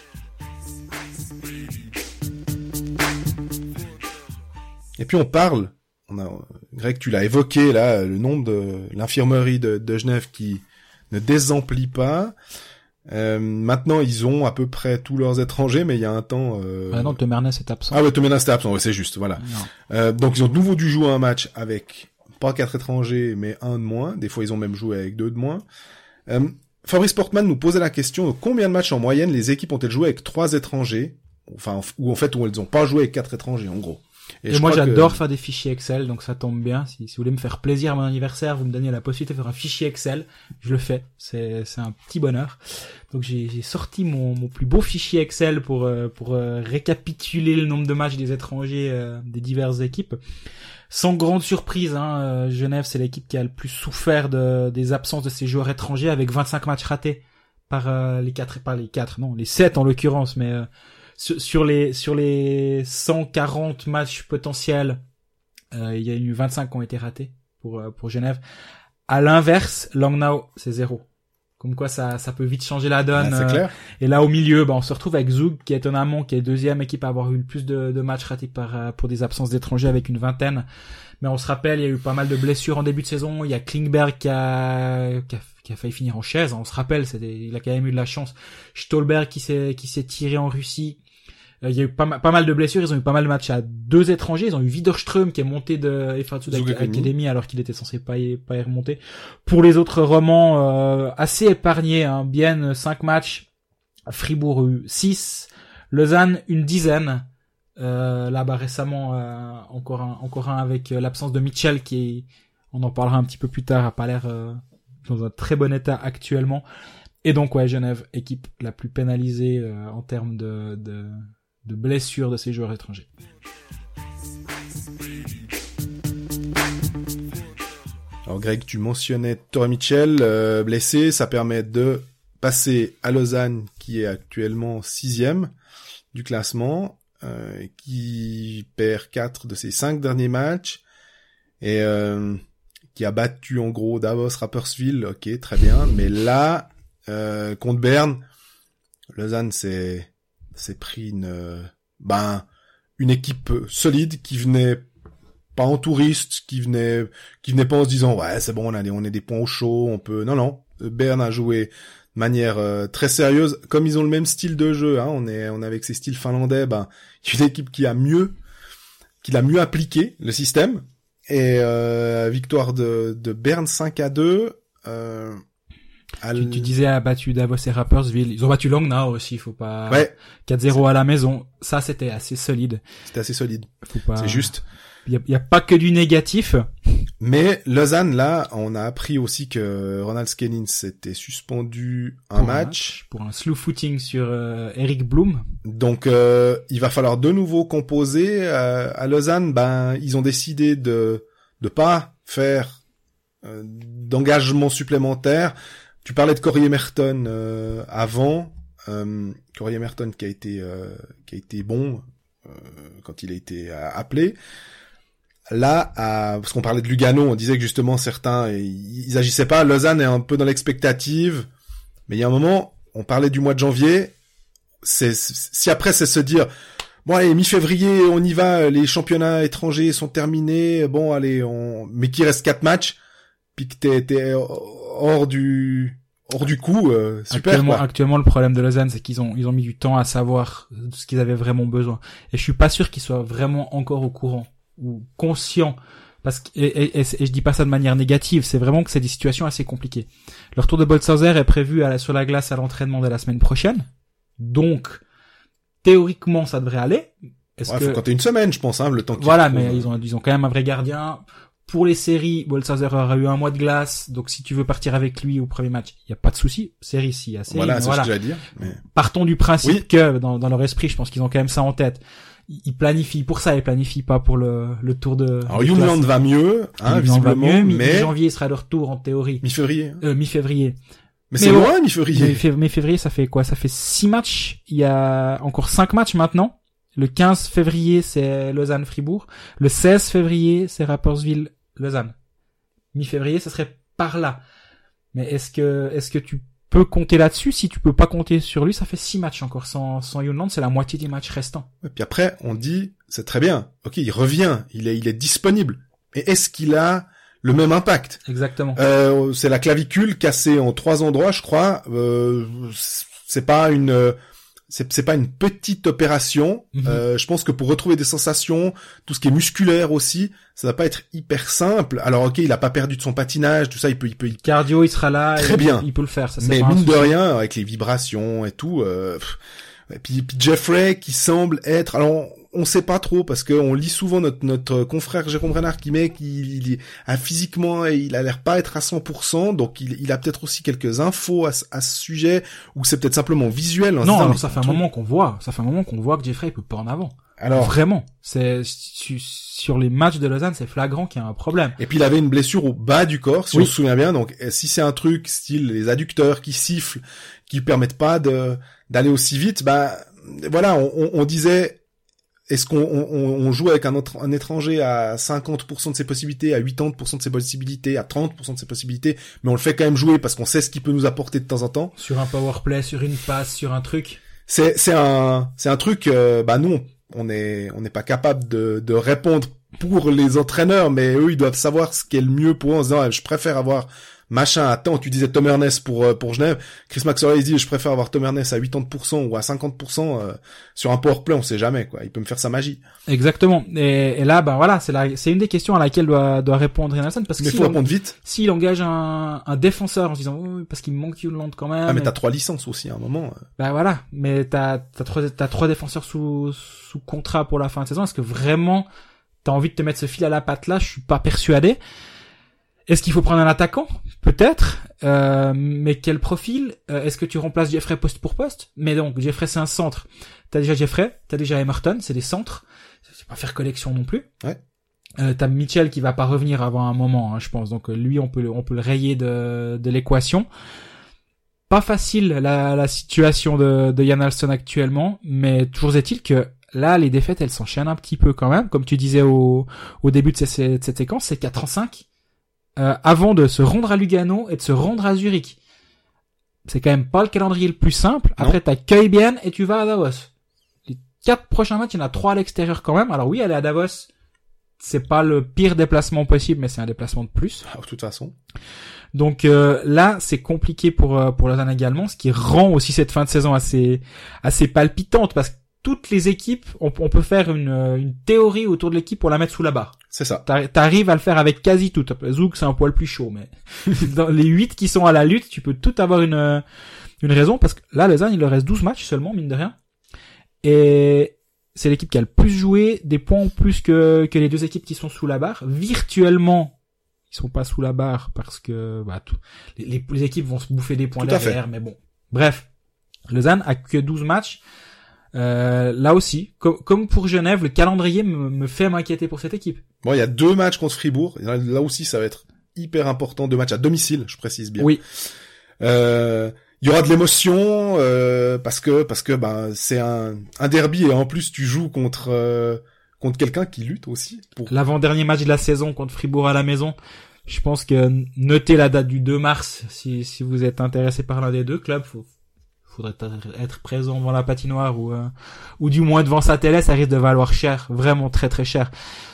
Et puis on parle, on a, Greg, tu l'as évoqué là, le nombre de l'infirmerie de, de Genève qui ne désemplit pas. Euh, maintenant, ils ont à peu près tous leurs étrangers, mais il y a un temps... Euh... Ah non, Temernes est absent. Ah ouais, Temernes est absent, ouais, c'est juste, voilà. Euh, donc ils ont de nouveau dû jouer un match avec pas quatre étrangers, mais un de moins. Des fois, ils ont même joué avec deux de moins. Euh, Fabrice Portman nous posait la question, combien de matchs en moyenne les équipes ont-elles joué avec trois étrangers, enfin, ou en fait, où elles n'ont pas joué avec quatre étrangers, en gros. Et, et moi, j'adore que... faire des fichiers Excel, donc ça tombe bien. Si, si vous voulez me faire plaisir à mon anniversaire, vous me donnez la possibilité de faire un fichier Excel. Je le fais. C'est, c'est un petit bonheur. Donc, j'ai, j'ai sorti mon, mon plus beau fichier Excel pour, euh, pour euh, récapituler le nombre de matchs des étrangers euh, des diverses équipes. Sans grande surprise, hein, euh, Genève, c'est l'équipe qui a le plus souffert de, des absences de ses joueurs étrangers avec vingt-cinq matchs ratés par euh, les quatre, pas les quatre, non, les sept en l'occurrence, mais, euh, sur les sur les cent quarante matchs potentiels, euh, il y a eu vingt-cinq qui ont été ratés pour euh, pour Genève. À l'inverse, Langnau, c'est zéro. Comme quoi ça ça peut vite changer la donne. Ah, c'est euh, clair. Et là au milieu, bah on se retrouve avec Zug qui est étonnamment qui est deuxième équipe à avoir eu le plus de, de matchs ratés par euh, pour des absences d'étrangers avec une vingtaine. Mais on se rappelle, il y a eu pas mal de blessures en début de saison. Il y a Klingberg qui a qui a, qui a failli finir en chaise. On se rappelle, c'était il a quand même eu de la chance. Stolberg qui s'est qui s'est tiré en Russie. Il y a eu pas, ma- pas mal de blessures, ils ont eu pas mal de matchs à deux étrangers, ils ont eu Widerström qui est monté de F A Academy alors qu'il était censé pas y, pas y remonter. Pour les autres romans, euh, assez épargnés, hein. Bienne, cinq matchs, Fribourg, six, Lausanne, une dizaine, euh, là-bas récemment, euh, encore un, encore un avec euh, l'absence de Mitchell qui est, on en parlera un petit peu plus tard, a pas l'air euh, dans un très bon état actuellement. Et donc, ouais, Genève, équipe la plus pénalisée euh, en termes de, de de blessures de ces joueurs étrangers. Alors Greg, tu mentionnais Torrey Mitchell euh, blessé, ça permet de passer à Lausanne qui est actuellement sixième du classement, euh, qui perd quatre de ses cinq derniers matchs et euh, qui a battu en gros Davos, Rapperswil, ok, très bien, mais là euh, contre Berne, Lausanne c'est s'est pris une ben une équipe solide qui venait pas en touriste, qui venait qui venait pas en se disant ouais c'est bon on a des, on est des points au chaud, on peut non non Berne a joué de manière euh, très sérieuse, comme ils ont le même style de jeu, hein, on est on est avec ces styles finlandais, ben une équipe qui a mieux qui l'a mieux appliqué le système et euh, victoire de de Berne cinq à deux. Euh, Al... Tu, tu disais, a battu Davos et Rapperswil. Ils ont battu Langnau aussi, faut pas... Ouais. quatre zéro à la maison. Ça, c'était assez solide. C'était assez solide. Faut pas... C'est juste. Il y a, y a pas que du négatif. Mais Lausanne, là, on a appris aussi que Ronald Skenins s'était suspendu un Pour match. un match. Pour un slow footing sur euh, Eric Blum. Donc, euh, il va falloir de nouveau composer. Euh, à Lausanne, ben, ils ont décidé de de pas faire euh, d'engagement supplémentaire. Tu parlais de Corey Merton euh, avant. Euh, Corey Merton qui a été euh, qui a été bon euh, quand il a été euh, appelé. Là, à, parce qu'on parlait de Lugano, on disait que justement certains ils, ils agissaient pas. Lausanne est un peu dans l'expectative, mais il y a un moment, on parlait du mois de janvier. C'est, si après c'est se dire bon allez, mi-février on y va, les championnats étrangers sont terminés, bon allez on, mais qu'il reste quatre matchs, puis que t'es, t'es hors du hors du coup, euh, super. Actuellement, quoi. actuellement, le problème de Lausanne, c'est qu'ils ont ils ont mis du temps à savoir ce qu'ils avaient vraiment besoin, et je suis pas sûr qu'ils soient vraiment encore au courant ou conscients. Parce que, et, et, et, et je dis pas ça de manière négative, c'est vraiment que c'est des situations assez compliquées. Le retour de Bolshauser est prévu à la, sur la glace à l'entraînement de la semaine prochaine. Donc, théoriquement, ça devrait aller. Est-ce ouais, que... faut compter une semaine, je pense, hein, le temps qu'ils Voilà, retrouvent. mais ils ont, ils ont quand même un vrai gardien. Pour les séries, Bolshauser aura eu un mois de glace, donc si tu veux partir avec lui au premier match, il y a pas de souci. Série, si, il y a série. Voilà, c'est voilà. ce que j'allais dire. Mais... Partons du principe oui. que, dans, dans leur esprit, je pense qu'ils ont quand même ça en tête. Ils planifient pour ça, ils planifient pas pour le, le tour de... Alors, Jungland va mieux, hein, visiblement, visiblement, va mieux, mais... mi-janvier sera de retour en théorie. Mi-février. Hein. Euh, mi-février. Mais, Mais c'est bon, loin, mi-février. Mais, mais février, ça fait quoi? Ça fait six matchs. Il y a encore cinq matchs maintenant. Le quinze février, c'est Lausanne-Fribourg. Le seize février, c'est Rapperswil-Lausanne. Mi-février, ça serait par là. Mais est-ce que, est-ce que tu peux compter là-dessus? Si tu peux pas compter sur lui, ça fait six matchs encore sans, sans Jungland, c'est la moitié des matchs restants. Et puis après, on dit, c'est très bien. Ok, il revient. Il est, il est disponible. Mais est-ce qu'il a le même impact? Exactement. Euh, c'est la clavicule cassée en trois endroits, je crois. Euh, c'est pas une, c'est, c'est pas une petite opération. Mm-hmm. Euh, je pense que pour retrouver des sensations, tout ce qui est musculaire aussi, ça va pas être hyper simple. Alors ok, il a pas perdu de son patinage, tout ça, il peut, il peut. Il... Cardio, il sera là. Très il, bien. Il peut le faire. Ça, c'est mais pas un mine de souci. rien, avec les vibrations et tout. Euh, et puis, puis Jeffrey qui semble être. Alors on sait pas trop parce que on lit souvent notre notre confrère Jérôme Renard qui met qu'il il, a physiquement il a l'air pas être à cent pour cent, donc il, il a peut-être aussi quelques infos à, à ce sujet ou c'est peut-être simplement visuel. En Non, disant, alors mais ça fait un truc... moment qu'on voit, ça fait un moment qu'on voit que Jeffrey il peut pas en avant. Alors vraiment, c'est su- sur les matchs de Lausanne, c'est flagrant qu'il y a un problème. et puis il avait une blessure au bas du corps, si Oui. on se souvient bien. Donc si c'est un truc style les adducteurs qui sifflent, qui permettent pas de d'aller aussi vite, bah voilà, on, on, on disait. Est-ce qu'on on, on joue avec un, autre, un étranger à cinquante pour cent de ses possibilités, à quatre-vingts pour cent de ses possibilités, à trente pour cent de ses possibilités, mais on le fait quand même jouer parce qu'on sait ce qu'il peut nous apporter de temps en temps. Sur un power play, sur une passe, sur un truc. C'est c'est un c'est un truc. Euh, bah nous on est on n'est pas capable de de répondre pour les entraîneurs, mais eux ils doivent savoir ce qui est le mieux pour eux en se disant je préfère avoir machin à temps. Tu disais Tom Ernest pour euh, pour Genève. Chris Maxwell il dit je préfère avoir Tom Ernest à quatre-vingts pour cent ou à cinquante pour cent euh, sur un powerplay, on sait jamais quoi. Il peut me faire sa magie. Exactement. Et, et là, ben voilà, c'est la, c'est une des questions à laquelle doit doit répondre Nelson parce que Mais s'il faut en- répondre vite. s'il engage un un défenseur en se disant oui, parce qu'il me manque Jungland quand même. Ah mais et- t'as trois licences aussi à un moment. Ben voilà, mais t'as t'as trois t'as trois défenseurs sous sous contrat pour la fin de saison. Est-ce que vraiment t'as envie de te mettre ce fil à la patte là? Je suis pas persuadé. Est-ce qu'il faut prendre un attaquant? Peut-être. Euh, mais quel profil? Euh, Est-ce que tu remplaces Jeffrey poste pour poste? Mais donc Jeffrey c'est un centre. T'as déjà Jeffrey, t'as déjà Emerton, c'est des centres. C'est pas faire collection non plus. Ouais. Euh, t'as Mitchell qui va pas revenir avant un moment, hein, je pense. Donc euh, lui on peut le, on peut le rayer de de l'équation. Pas facile la, la situation de, de Jan Alston actuellement, mais toujours est-il que là, les défaites, elles s'enchaînent un petit peu quand même. Comme tu disais au, au début de, ces, de cette séquence, c'est quatre en cinq. Euh, avant de se rendre à Lugano et de se rendre à Zurich. C'est quand même pas le calendrier le plus simple. Non. Après, t'accueilles bien et tu vas à Davos. Les quatre prochains matchs, il y en a trois à l'extérieur quand même. Alors oui, aller à Davos, c'est pas le pire déplacement possible, mais c'est un déplacement de plus. Ah, de toute façon. Donc euh, là, c'est compliqué pour euh, pour Lausanne également, ce qui rend aussi cette fin de saison assez assez palpitante parce que toutes les équipes, on, on peut faire une une théorie autour de l'équipe pour la mettre sous la barre. C'est ça. T'arrives à le faire avec quasi tout. Zouk, c'est un poil plus chaud, mais dans les huit qui sont à la lutte, tu peux tout avoir une une raison, parce que là, Lausanne, il leur reste douze matchs seulement, mine de rien. Et c'est l'équipe qui a le plus joué, des points en plus que que les deux équipes qui sont sous la barre. Virtuellement, ils sont pas sous la barre parce que bah tout, les, les, les équipes vont se bouffer des points tout derrière, mais bon. Bref, Lausanne a que douze matchs. Euh, là aussi, com- comme pour Genève, le calendrier me, me fait m'inquiéter pour cette équipe. Bon, il y a deux matchs contre Fribourg. Là, là aussi, ça va être hyper important. Deux matchs à domicile, je précise bien. Oui. Euh, il y aura de l'émotion euh, parce que parce que ben c'est un un derby et en plus tu joues contre euh, contre quelqu'un qui lutte aussi pour l'avant-dernier match de la saison contre Fribourg à la maison. Je pense que notez la date du deux mars si si vous êtes intéressé par l'un des deux clubs. Faut, faudrait être présent devant la patinoire ou euh, ou du moins devant sa télé, ça risque de valoir cher, vraiment très très cher.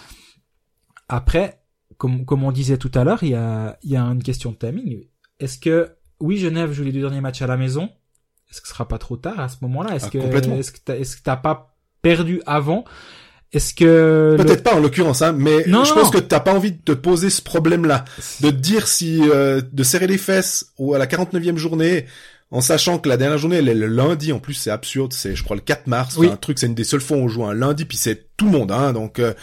Après, comme comme on disait tout à l'heure, il y a il y a une question de timing. Est-ce que oui, Genève joue les deux derniers matchs à la maison. Est-ce que ce sera pas trop tard à ce moment-là? Est-ce ah, que complètement. est-ce que t'as, est-ce que t'as pas perdu avant? Est-ce que peut-être le... pas en l'occurrence, hein, mais non, je non, pense non. que t'as pas envie de te poser ce problème-là, de te dire si euh, de serrer les fesses ou à la quarante-neuvième journée, en sachant que la dernière journée elle est le lundi. En plus, c'est absurde. C'est, je crois, le quatre mars. Oui. Enfin, un truc, c'est une des seules fois où on joue un lundi, puis c'est tout le monde, hein. Donc euh,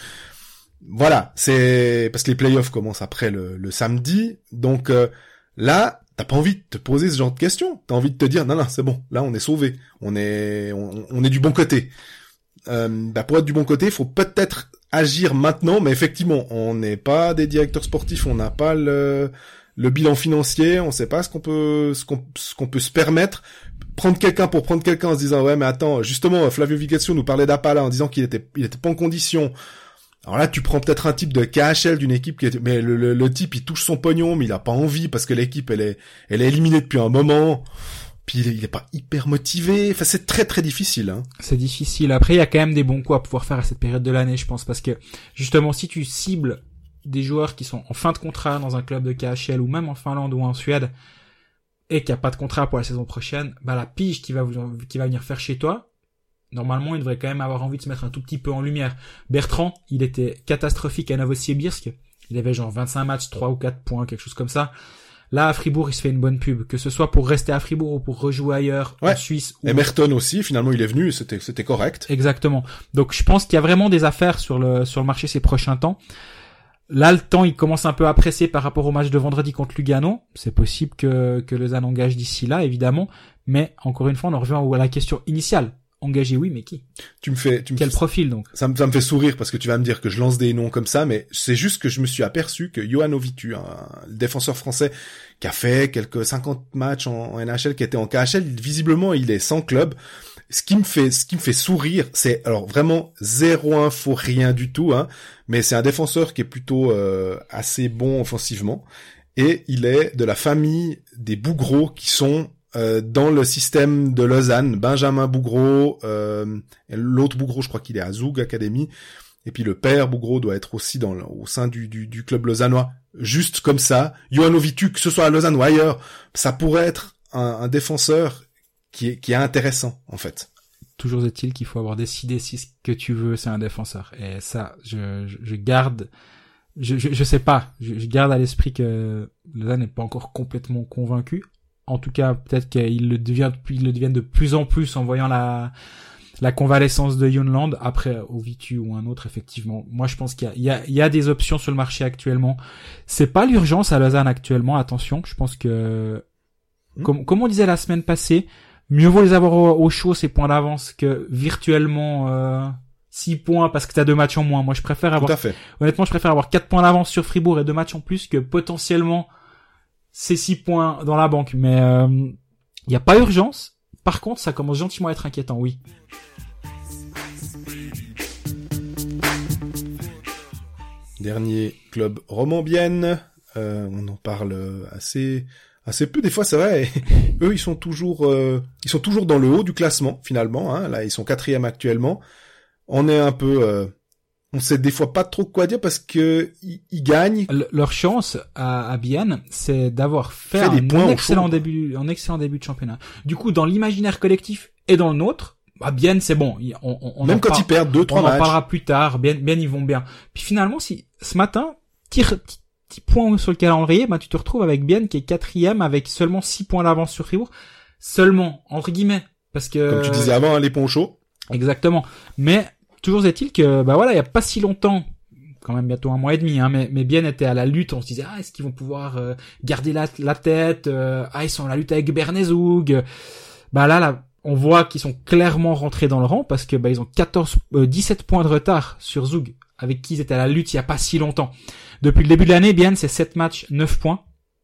voilà, c'est parce que les playoffs commencent après le, le samedi. Donc euh, là. T'as pas envie de te poser ce genre de questions. T'as envie de te dire, non, non, c'est bon. Là, on est sauvé. On est, on, on est du bon côté. Euh, bah, pour être du bon côté, il faut peut-être agir maintenant, mais effectivement, on n'est pas des directeurs sportifs, on n'a pas le, le bilan financier, on sait pas ce qu'on peut, ce qu'on, ce qu'on peut se permettre. Prendre quelqu'un pour prendre quelqu'un en se disant, ouais, mais attends, justement, Flavio Vicazio nous parlait d'Apala en disant qu'il était, il était pas en condition. Alors là, tu prends peut-être un type de K H L d'une équipe qui est, mais le, le, le type, il touche son pognon, mais il a pas envie parce que l'équipe, elle est, elle est éliminée depuis un moment. Puis il est, il est pas hyper motivé. Enfin, c'est très très difficile, hein. C'est difficile. Après, il y a quand même des bons coups à pouvoir faire à cette période de l'année, je pense, parce que justement, si tu cibles des joueurs qui sont en fin de contrat dans un club de K H L ou même en Finlande ou en Suède et qu'il n'y a pas de contrat pour la saison prochaine, bah la pige qui va qui va venir faire chez toi. Normalement, il devrait quand même avoir envie de se mettre un tout petit peu en lumière. Bertrand, il était catastrophique à Novosibirsk. Il avait genre vingt-cinq matchs, trois ou quatre points, quelque chose comme ça. Là, à Fribourg, il se fait une bonne pub. Que ce soit pour rester à Fribourg ou pour rejouer ailleurs, ouais. en Suisse. Ou... Emerton aussi, finalement, il est venu et c'était, c'était correct. Exactement. Donc, je pense qu'il y a vraiment des affaires sur le, sur le marché ces prochains temps. Là, le temps, il commence un peu à presser par rapport au match de vendredi contre Lugano. C'est possible que, que Lausanne engage d'ici là, évidemment. Mais, encore une fois, on en revient à la question initiale. Engagé, oui, mais qui? Tu me fais, tu me Quel fais... profil, donc? Ça me, ça me fait sourire parce que tu vas me dire que je lance des noms comme ça, mais c'est juste que je me suis aperçu que Johan Ovitu, un défenseur français qui a fait quelques cinquante matchs en, en N H L, qui était en K H L, visiblement, il est sans club. Ce qui me fait, ce qui me fait sourire, c'est, alors vraiment, zéro info, rien du tout, hein, mais c'est un défenseur qui est plutôt, euh, assez bon offensivement, et il est de la famille des Bougros qui sont, Euh, dans le système de Lausanne. Benjamin Bougros, euh, l'autre Bougros, je crois qu'il est à Zoug Academy, et puis le père Bougros doit être aussi dans le, au sein du, du, du club lausannois. Juste comme ça, Johan Ovitu, que ce soit à Lausanne ou ailleurs, ça pourrait être un, un défenseur qui est, qui est intéressant, en fait. Toujours est-il qu'il faut avoir décidé si ce que tu veux, c'est un défenseur. Et ça, je, je, je garde, je, je, je sais pas, je, je garde à l'esprit que Lausanne n'est pas encore complètement convaincu. En tout cas, peut-être qu'il le devient, il le devienne de plus en plus en voyant la, la convalescence de Younland. Après, Ovitu ou un autre, effectivement. Moi, je pense qu'il y a, il y a, il y a des options sur le marché actuellement. C'est pas l'urgence à Lausanne actuellement. Attention, je pense que, mmh. comme, comme on disait la semaine passée, mieux vaut les avoir au, au chaud, ces points d'avance, que virtuellement, euh, six points parce que t'as deux matchs en moins. Moi, je préfère avoir, Tout à fait. Honnêtement, je préfère avoir quatre points d'avance sur Fribourg et deux matchs en plus que potentiellement, c'est six points dans la banque, mais il euh, n'y a pas urgence. Par contre, ça commence gentiment à être inquiétant, oui. Dernier club Romand-Bienne, euh, on en parle assez assez peu des fois, c'est vrai. Eux, ils sont toujours euh, ils sont toujours dans le haut du classement finalement. Hein. Là, ils sont quatrième actuellement. On est un peu euh, on sait des fois pas trop quoi dire parce que ils, ils gagnent. Le, leur chance à, à Bienne, c'est d'avoir fait, fait un points excellent début, un excellent début de championnat. Du coup, dans l'imaginaire collectif et dans le nôtre, Bah, Bienne, c'est bon. On, on, on Même en quand par... ils perdent deux, trois on matchs. On en parlera plus tard. Bienne, Bienne, ils vont bien. Puis finalement, si, ce matin, tire, petit, petit point sur le calendrier, bah, tu te retrouves avec Bienne qui est quatrième avec seulement six points d'avance sur Fribourg. Seulement, entre guillemets. Parce que. Comme tu disais avant, hein, les ponchos. Exactement. Mais, toujours est-il que, bah voilà, il y a pas si longtemps, quand même bientôt un mois et demi, hein, mais, mais Bienne était à la lutte. On se disait, ah, est-ce qu'ils vont pouvoir euh, garder la, la tête euh, ah, ils sont à la lutte avec Bernezug. Bah là, là, on voit qu'ils sont clairement rentrés dans le rang parce que bah ils ont quatorze, euh, dix-sept points de retard sur Zug, avec qui ils étaient à la lutte il y a pas si longtemps. Depuis le début de l'année, Bienne, c'est sept matchs, neuf points.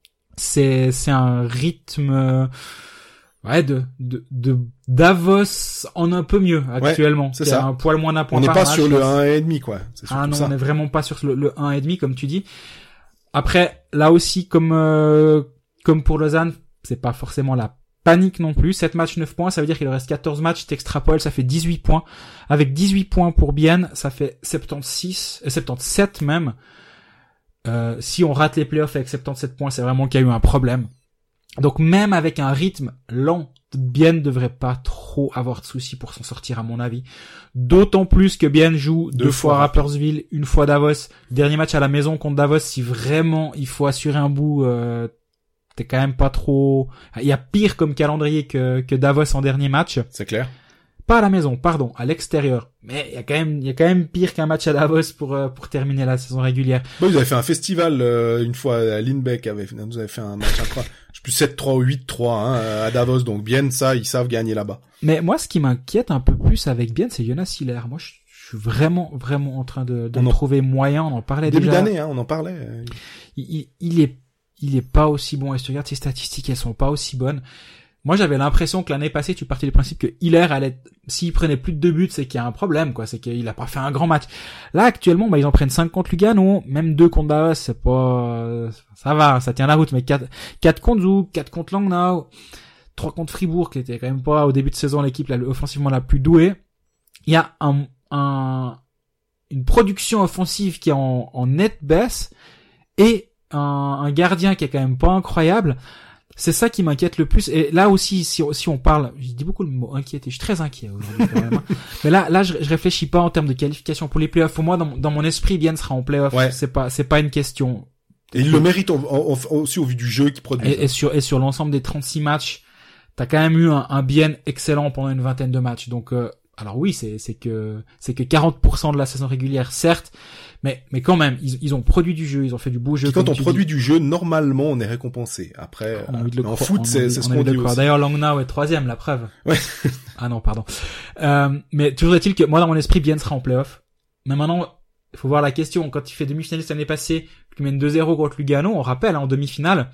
C'est c'est un rythme euh, ouais de de de Davos en un peu mieux actuellement. Ouais, c'est c'est ça. Un poil moins d'un point on par n'est pas match, sur le là, un virgule cinq quoi. C'est ah non, ça. on est vraiment pas sur le, le un virgule cinq comme tu dis. Après, là aussi, comme euh, comme pour Lausanne, c'est pas forcément la panique non plus. sept matchs, neuf points, ça veut dire qu'il reste quatorze matchs, t'extrapoles, ça fait dix-huit points. Avec dix-huit points pour Bienne, ça fait soixante-seize, euh, soixante-dix-sept même. Euh, si on rate les playoffs avec soixante-dix-sept points, c'est vraiment qu'il y a eu un problème. Donc même avec un rythme lent, Bienne devrait pas trop avoir de soucis pour s'en sortir à mon avis. D'autant plus que Bienne joue deux, deux fois à Rapperswil, une fois Davos. Dernier match à la maison contre Davos, si vraiment il faut assurer un bout, euh, t'es quand même pas trop... Il y a pire comme calendrier que, que Davos en dernier match. C'est clair. Pas à la maison, pardon, à l'extérieur. Mais il y a quand même, il y a quand même pire qu'un match à Davos pour euh, pour terminer la saison régulière. Bon, vous avez fait un festival euh, une fois à Lindbeck, avec, vous avez fait un match à je sais plus sept trois ou huit trois hein, à Davos, donc Bienne, ça, ils savent gagner là-bas. Mais moi, ce qui m'inquiète un peu plus avec Bienne, c'est Jonas Hiller. Moi, je, je suis vraiment, vraiment en train de, de en... trouver moyen. On en parlait début déjà. Début d'année, hein, on en parlait. Il, il, il est, il est pas aussi bon. Et si tu regardes ses statistiques, elles sont pas aussi bonnes. Moi, j'avais l'impression que l'année passée, tu partais du principe que Hiller allait, s'il prenait plus de deux buts, c'est qu'il y a un problème, quoi. C'est qu'il a pas fait un grand match. Là, actuellement, bah, ils en prennent cinq contre Lugano, même deux contre Davos, c'est pas, ça va, ça tient la route, mais quatre, quatre contre Zug, quatre contre Langnau, trois contre Fribourg, qui était quand même pas, au début de saison, l'équipe, là, offensivement la plus douée. Il y a un, un, une production offensive qui est en, en nette baisse, et un, un gardien qui est quand même pas incroyable. C'est ça qui m'inquiète le plus. Et là aussi, si, si on parle, je dis beaucoup le mot inquiété, je suis très inquiet aujourd'hui quand même. Hein. Mais là, là, je, je réfléchis pas en termes de qualification pour les playoffs. Pour moi, dans, dans mon esprit, Bienne sera en playoffs. Ouais. C'est pas, c'est pas une question. Et il le mérite aussi au vu du jeu qu'il produit. Et, et sur, et sur l'ensemble des trente-six matchs, t'as quand même eu un, un Bienne excellent pendant une vingtaine de matchs. Donc, euh, alors oui, c'est, c'est que, c'est que quarante pour cent de la saison régulière, certes. Mais, mais quand même, ils, ils ont produit du jeu, ils ont fait du beau jeu. Et quand on produit dis. du jeu, normalement, on est récompensé. Après, on a envie de le en cro- foot, on c'est, envie, c'est ce on qu'on dit aussi. D'ailleurs, Langnau est troisième, la preuve. Ouais. Ah non, pardon. Euh, mais toujours est-il que moi, dans mon esprit, Bienne sera en play-off. Mais maintenant, il faut voir la question. Quand il fait demi-finaliste l'année passée, tu mènes deux zéro contre Lugano, on rappelle, hein, en demi-finale.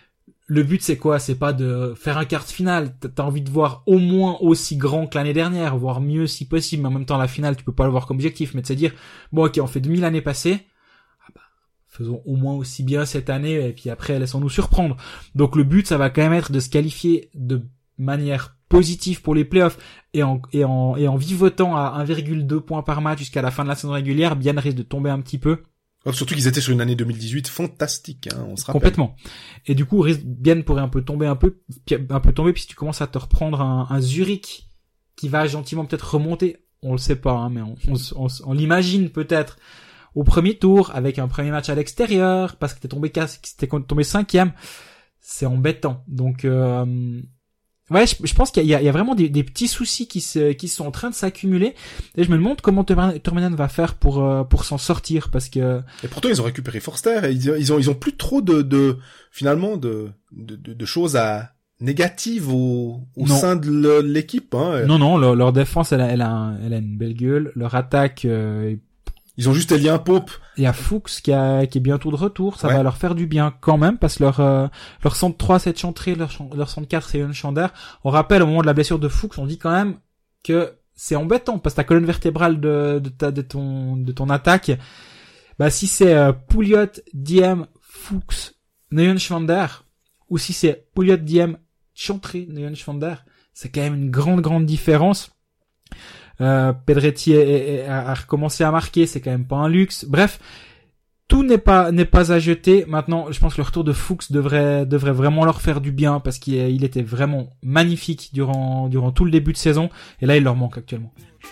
Le but, c'est quoi? C'est pas de faire un quart de finale. T'as envie de voir au moins aussi grand que l'année dernière, voire mieux si possible. Mais en même temps, la finale, tu peux pas le voir comme objectif. Mais de se dire, bon, ok, on fait demi l'année passée. Ah bah, faisons au moins aussi bien cette année. Et puis après, laissons-nous surprendre. Donc le but, ça va quand même être de se qualifier de manière positive pour les playoffs. Et en, et en, et en vivotant à un virgule deux points par match jusqu'à la fin de la saison régulière, Bienne risque de tomber un petit peu. Surtout qu'ils étaient sur une année deux mille dix-huit fantastique, hein, on se rappelle. Complètement. Et du coup, Bienne pourrait un peu tomber un peu, un peu tomber, puis si tu commences à te reprendre un, un Zurich qui va gentiment peut-être remonter, on le sait pas, hein, mais on, on, on, on l'imagine peut-être au premier tour avec un premier match à l'extérieur parce que t'es tombé casse, que t'es tombé cinquième, c'est embêtant. Donc, euh, ouais, je, je pense qu'il y a, il y a vraiment des, des petits soucis qui se, qui sont en train de s'accumuler. Et je me demande comment Turminen va faire pour, euh, pour s'en sortir, parce que. Et pourtant, ils ont récupéré Forster et ils, ils ont, ils ont plus trop de, de, finalement, de, de, de, de choses à, négatives au, au sein de le, l'équipe, hein. Non, non, leur, leur défense, elle a, elle a, un, elle a une belle gueule. Leur attaque, euh, ils ont juste Elien Pope. Il y a Fuchs qui, a, qui est bientôt de retour. Ça ouais. va leur faire du bien quand même, parce que leur, euh, leur centre trois, c'est Chantré, leur, leur centre quatre, c'est Yon Chander. On rappelle, au moment de la blessure de Fuchs, on dit quand même que c'est embêtant, parce que ta colonne vertébrale de, de ta, de ton, de ton attaque, bah, si c'est, euh, Pouliot, Diem, Fuchs, Neon Chander, ou si c'est Pouliot, Diem, Chantré, Neon Chander, c'est quand même une grande, grande différence. Euh, Pedretti a, a, a recommencé à marquer, c'est quand même pas un luxe. Bref, tout n'est pas n'est pas à jeter. Maintenant, je pense que le retour de Fuchs devrait devrait vraiment leur faire du bien parce qu'il il était vraiment magnifique durant durant tout le début de saison et là il leur manque actuellement.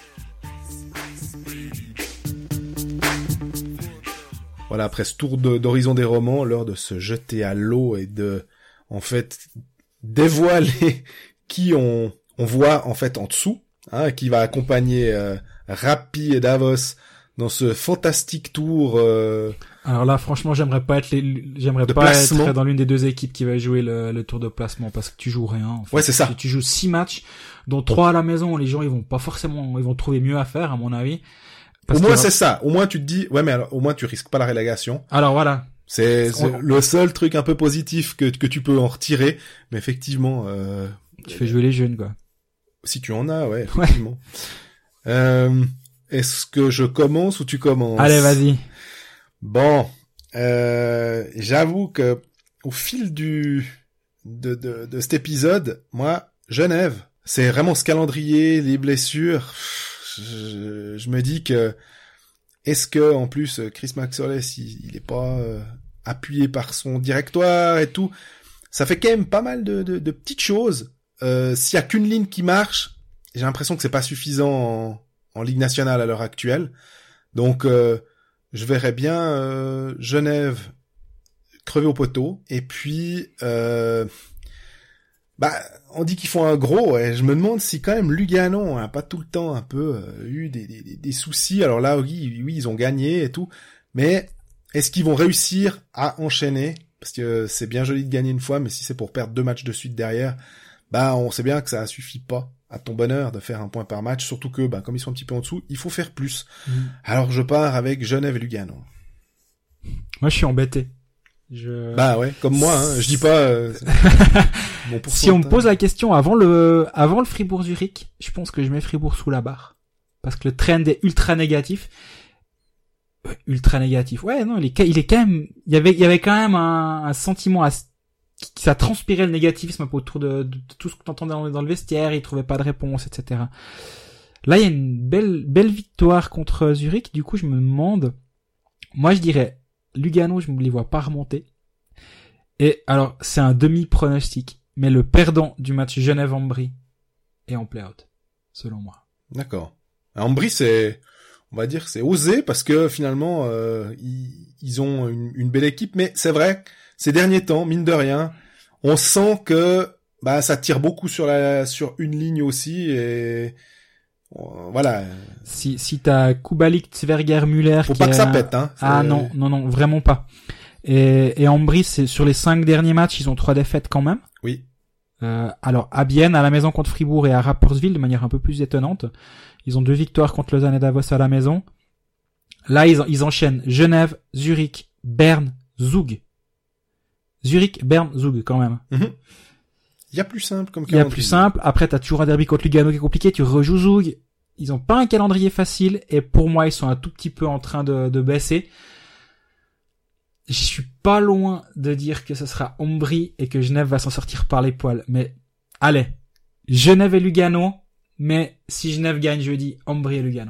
Voilà, après ce tour de, d'horizon des romans, l'heure de se jeter à l'eau et de, en fait, dévoiler qui on, on voit, en fait, en dessous, hein, qui va accompagner, euh, Rappi et Davos dans ce fantastique tour, euh, Alors là, franchement, j'aimerais pas être les, j'aimerais pas placement. être dans l'une des deux équipes qui va jouer le, le tour de placement parce que tu joues rien, en fait. Ouais, c'est ça. Tu, tu joues six matchs, dont trois à la maison, les gens, ils vont pas forcément, ils vont trouver mieux à faire, à mon avis. Parce au moins, c'est ça. Au moins, tu te dis, ouais, mais alors, au moins, tu risques pas la relégation. Alors, voilà. C'est, c'est On... le seul truc un peu positif que, que tu peux en retirer. Mais effectivement, euh... Tu fais jouer les jeunes, quoi. Si tu en as, ouais, effectivement. Ouais. Euh, est-ce que je commence ou tu commences? Allez, vas-y. Bon. Euh, j'avoue que, au fil du, de, de, de cet épisode, moi, Genève, c'est vraiment ce calendrier, les blessures. Je, je me dis que est-ce que en plus Chris Maxwell il, il est pas euh, appuyé par son directoire et tout, ça fait quand même pas mal de, de, de petites choses. Euh, s'il y a qu'une ligne qui marche, j'ai l'impression que c'est pas suffisant en, en Ligue nationale à l'heure actuelle. Donc euh, je verrais bien euh, Genève crever au poteau et puis euh, bah, on dit qu'ils font un gros, ouais. Je me demande si quand même Lugano a pas tout le temps un peu euh, eu des, des, des soucis. Alors là, oui, oui, ils ont gagné et tout, mais est-ce qu'ils vont réussir à enchaîner? Parce que c'est bien joli de gagner une fois, mais si c'est pour perdre deux matchs de suite derrière, bah on sait bien que ça suffit pas à ton bonheur de faire un point par match, surtout que, bah comme ils sont un petit peu en dessous, il faut faire plus. Mmh. Alors je pars avec Genève et Lugano. Moi, je suis embêté. Je... Bah ouais, comme moi, hein. Je dis pas. Euh, bon si on me pose la question avant le avant le Fribourg-Zurich, je pense que je mets Fribourg sous la barre parce que le trend est ultra négatif. Euh, ultra négatif. Ouais, non, il est il est quand même. Il y avait il y avait quand même un, un sentiment à ça transpirait le négativisme autour de, de, de tout ce que t'entendais dans, dans le vestiaire. Il trouvait pas de réponse, et cetera. Là, il y a une belle belle victoire contre Zurich. Du coup, je me demande. Moi, je dirais. Lugano, je ne les vois pas remonter. Et alors, c'est un demi-pronostic, mais le perdant du match Genève-Ambry est en play-out, selon moi. D'accord. Ambry, c'est, on va dire, c'est osé parce que finalement, euh, ils, ils ont une, une belle équipe, mais c'est vrai, ces derniers temps, mine de rien, on sent que bah ça tire beaucoup sur la sur une ligne aussi et voilà. Si si t'as Kubalik, Zwerger, Müller, faut pas que est... ça pète, hein. Ah c'est... non non non vraiment pas. Et et Ambry, c'est sur les cinq derniers matchs, ils ont trois défaites quand même. Oui. Euh, alors à Bienne, à la maison contre Fribourg et à Rapperswil de manière un peu plus étonnante, ils ont deux victoires contre Lausanne et Davos à la maison. Là ils ils enchaînent Genève, Zurich, Berne, Zug. Zurich, Berne, Zug quand même. Mm-hmm. Il y a plus simple comme calendrier. Il y a plus simple. Après, t'as toujours un derby contre Lugano qui est compliqué. Tu rejoues Zug. Ils ont pas un calendrier facile. Et pour moi, ils sont un tout petit peu en train de, de baisser. Je suis pas loin de dire que ce sera Ambry et que Genève va s'en sortir par les poils. Mais, allez. Genève et Lugano. Mais si Genève gagne jeudi, Ambry et Lugano.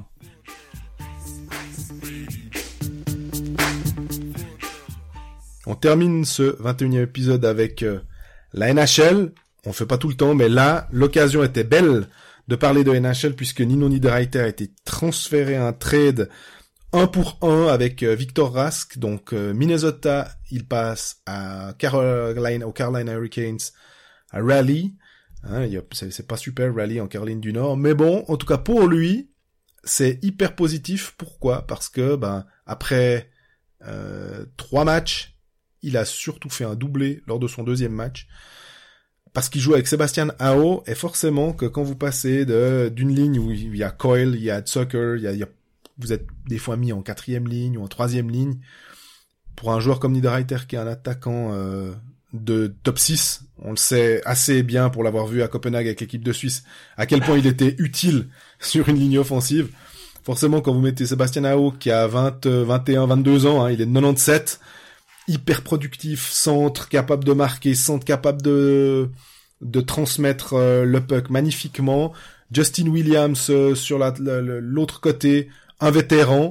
On termine ce vingt et unième épisode avec euh, la N H L. On fait pas tout le temps, mais là, l'occasion était belle de parler de N H L puisque Nino Niederreiter a été transféré à un trade un pour un avec euh, Victor Rask. Donc, euh, Minnesota, il passe à Carolina, aux Carolina Hurricanes, à Raleigh. Hein, y a, c'est, c'est pas super, Raleigh en Caroline du Nord. Mais bon, en tout cas, pour lui, c'est hyper positif. Pourquoi? Parce que, ben, après euh, trois matchs, il a surtout fait un doublé lors de son deuxième match. Parce qu'il joue avec Sébastien Aho, et forcément que quand vous passez de, d'une ligne où il y a Coyle, il y a Zucker, il y a, il y a, vous êtes des fois mis en quatrième ligne ou en troisième ligne, pour un joueur comme Niederreiter qui est un attaquant euh, de top six, on le sait assez bien pour l'avoir vu à Copenhague avec l'équipe de Suisse, à quel point il était utile sur une ligne offensive. Forcément, quand vous mettez Sébastien Aho qui a vingt, vingt et un, vingt-deux ans, hein, il est de quatre-vingt-dix-sept, hyper productif, centre capable de marquer, centre capable de de transmettre euh, le puck magnifiquement. Justin Williams euh, sur la, la, l'autre côté, un vétéran.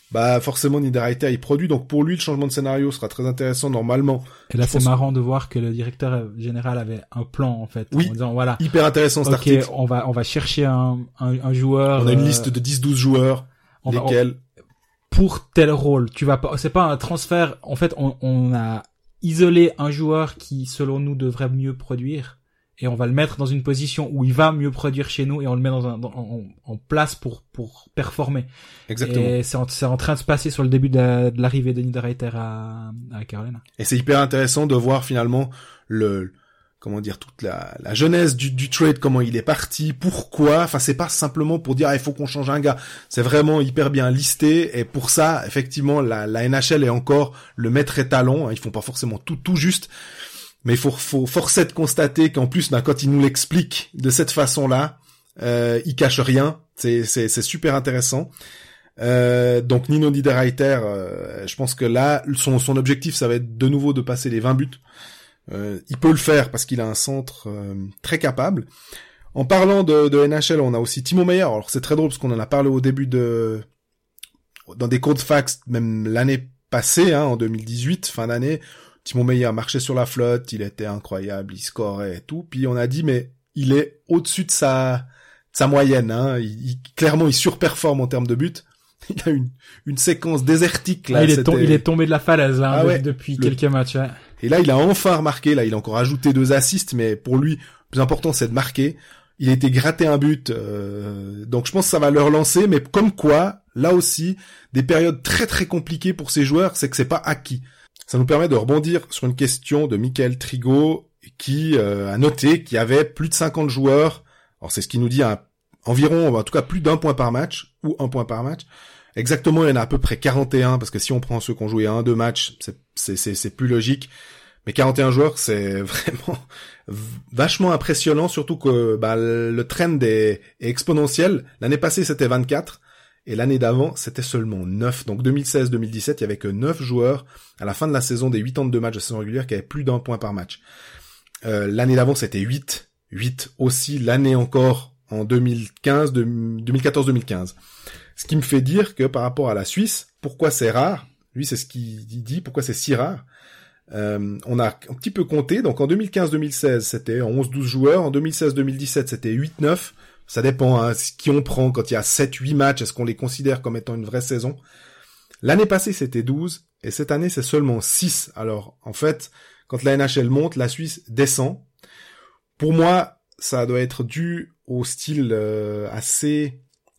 bah forcément Niederreiter il produit, donc pour lui le changement de scénario sera très intéressant normalement. Et là Je c'est pense... marrant de voir que le directeur général avait un plan en fait, oui, en disant voilà, hyper intéressant cet ok, article. on va on va chercher un un, un joueur. On a une euh, liste de dix douze joueurs, on va- lesquels pour tel rôle. Tu vas pas, c'est pas un transfert. En fait, on, on a isolé un joueur qui, selon nous, devrait mieux produire, et on va le mettre dans une position où il va mieux produire chez nous, et on le met dans un, dans, en, en place pour pour performer. exactement. Et c'est en, c'est en train de se passer sur le début de, la, de l'arrivée de Niederreiter à, à Carolina. Et c'est hyper intéressant de voir finalement le comment dire toute la, la genèse du, du trade, comment il est parti, pourquoi. Enfin, c'est pas simplement pour dire ah, il faut qu'on change un gars. C'est vraiment hyper bien listé. Et pour ça, effectivement, la, la N H L est encore le maître étalon. Ils font pas forcément tout tout juste, mais il faut, faut forcer de constater qu'en plus, ben, quand ils nous l'expliquent de cette façon-là, euh, ils cachent rien. C'est c'est c'est super intéressant. Euh, donc Nino Niederreiter, euh, je pense que là, son son objectif, ça va être de nouveau de passer les vingt buts. Euh, il peut le faire parce qu'il a un centre euh, très capable. En parlant de, de N H L, on a aussi Timo Meier. Alors c'est très drôle parce qu'on en a parlé au début de dans des cours de fax, même l'année passée, hein, en deux mille dix-huit, fin d'année. Timo Meier marchait sur la flotte, il était incroyable, il scorait et tout. Puis on a dit mais il est au-dessus de sa de sa moyenne. Hein. Il, il, clairement, il surperforme en termes de buts. Il a une une séquence désertique là. Ah, il, est c'était... tom- il est tombé de la falaise là, Ah de- ouais. depuis Le- quelques matchs. Ouais. Et là, il a enfin remarqué. Là, il a encore ajouté deux assists, mais pour lui, le plus important, c'est de marquer. Il a été gratté un but, euh, donc je pense que ça va le relancer. Mais comme quoi, là aussi, des périodes très très compliquées pour ces joueurs, c'est que c'est pas acquis. Ça nous permet de rebondir sur une question de Michael Trigo, qui euh, a noté qu'il y avait plus de cinquante joueurs. Alors c'est ce qu'il nous dit, hein, environ, en tout cas plus d'un point par match, ou un point par match. Exactement, il y en a à peu près quarante et un, parce que si on prend ceux qui ont joué à un, deux matchs, c'est, c'est, c'est, c'est plus logique. Mais quarante et un joueurs, c'est vraiment vachement impressionnant, surtout que bah, le trend est, est exponentiel. L'année passée, c'était vingt-quatre, et l'année d'avant, c'était seulement neuf. Donc deux mille seize deux mille dix-sept, il y avait que neuf joueurs à la fin de la saison des quatre-vingt-deux matchs de saison régulière qui avaient plus d'un point par match. Euh, l'année d'avant, c'était huit. huit aussi l'année encore en deux mille quinze, deux mille quatorze deux mille quinze. Ce qui me fait dire que par rapport à la Suisse, pourquoi c'est rare, lui c'est ce qu'il dit, pourquoi c'est si rare, euh, on a un petit peu compté, donc en deux mille quinze deux mille seize c'était onze douze joueurs, en deux mille seize deux mille dix-sept c'était huit neuf, ça dépend hein, qui on prend, quand il y a sept huit matchs, est-ce qu'on les considère comme étant une vraie saison. L'année passée c'était douze, et cette année c'est seulement six, alors en fait, quand la N H L monte, la Suisse descend. Pour moi, ça doit être dû au style euh, assez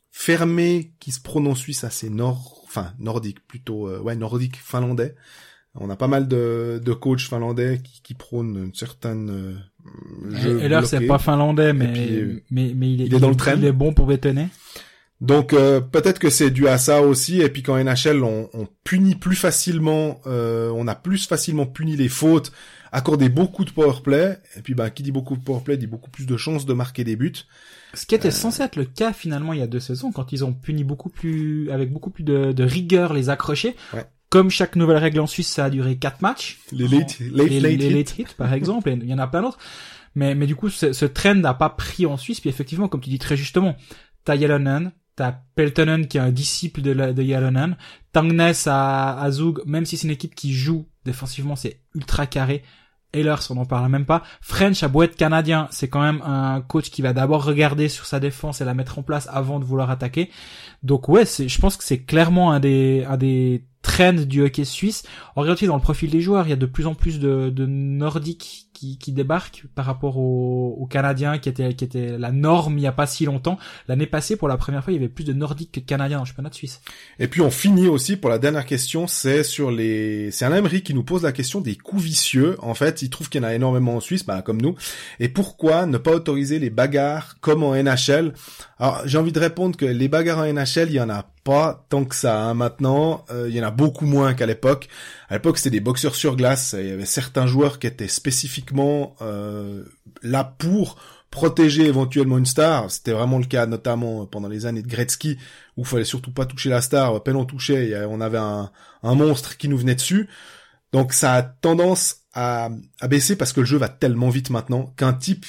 fermé qui se prône en Suisse, assez nord, enfin nordique plutôt, euh, ouais nordique finlandais. On a pas mal de, de coachs finlandais qui, qui prônent une certaine euh, jeu Et là, c'est pas finlandais, mais puis, euh, mais mais il est il est dans le trend. Il est bon pour bétonner. Donc euh, peut-être que c'est dû à ça aussi, et puis qu'en N H L on, on punit plus facilement, euh, on a plus facilement puni les fautes, accordé beaucoup de powerplay, et puis bah qui dit beaucoup de powerplay dit beaucoup plus de chances de marquer des buts. Ce qui était Euh... censé être le cas finalement il y a deux saisons, quand ils ont puni beaucoup plus avec beaucoup plus de, de rigueur les accrochés. Ouais. Comme chaque nouvelle règle en Suisse, ça a duré quatre matchs. Les late, late, les, late, les hit. late hits, par exemple, et il y en a plein d'autres. Mais mais du coup, ce, ce trend n'a pas pris en Suisse. Puis effectivement, comme tu dis très justement, t'as Jalonen, t'as Peltonen qui est un disciple de, la, de Jalonen, Tangnes à, à Zug, même si c'est une équipe qui joue défensivement, c'est ultra carré. Ehlers, on n'en parle même pas. French à beau être canadien, c'est quand même un coach qui va d'abord regarder sur sa défense et la mettre en place avant de vouloir attaquer. Donc ouais, c'est, je pense que c'est clairement un des, un des trends du hockey suisse. On regarde aussi dans le profil des joueurs, il y a de plus en plus de, de Nordiques qui, qui débarquent par rapport aux, aux Canadiens qui étaient, qui étaient la norme il y a pas si longtemps. L'année passée, pour la première fois, il y avait plus de Nordiques que de Canadiens dans le championnat de Suisse. Et puis on finit aussi pour la dernière question, c'est sur les, c'est Alain Emery qui nous pose la question des coups vicieux. En fait, il trouve qu'il y en a énormément en Suisse, bah, comme nous. Et pourquoi ne pas autoriser les bagarres comme en N H L? Alors, j'ai envie de répondre que les bagarres en N H L, il y en a pas tant que ça, hein. Maintenant, euh, il y en a beaucoup moins qu'à l'époque. À l'époque, c'était des boxeurs sur glace. Il y avait certains joueurs qui étaient spécifiquement euh, là pour protéger éventuellement une star. C'était vraiment le cas, notamment pendant les années de Gretzky, où il fallait surtout pas toucher la star. À peine on touchait, on avait un, un monstre qui nous venait dessus. Donc ça a tendance à, à baisser parce que le jeu va tellement vite maintenant qu'un type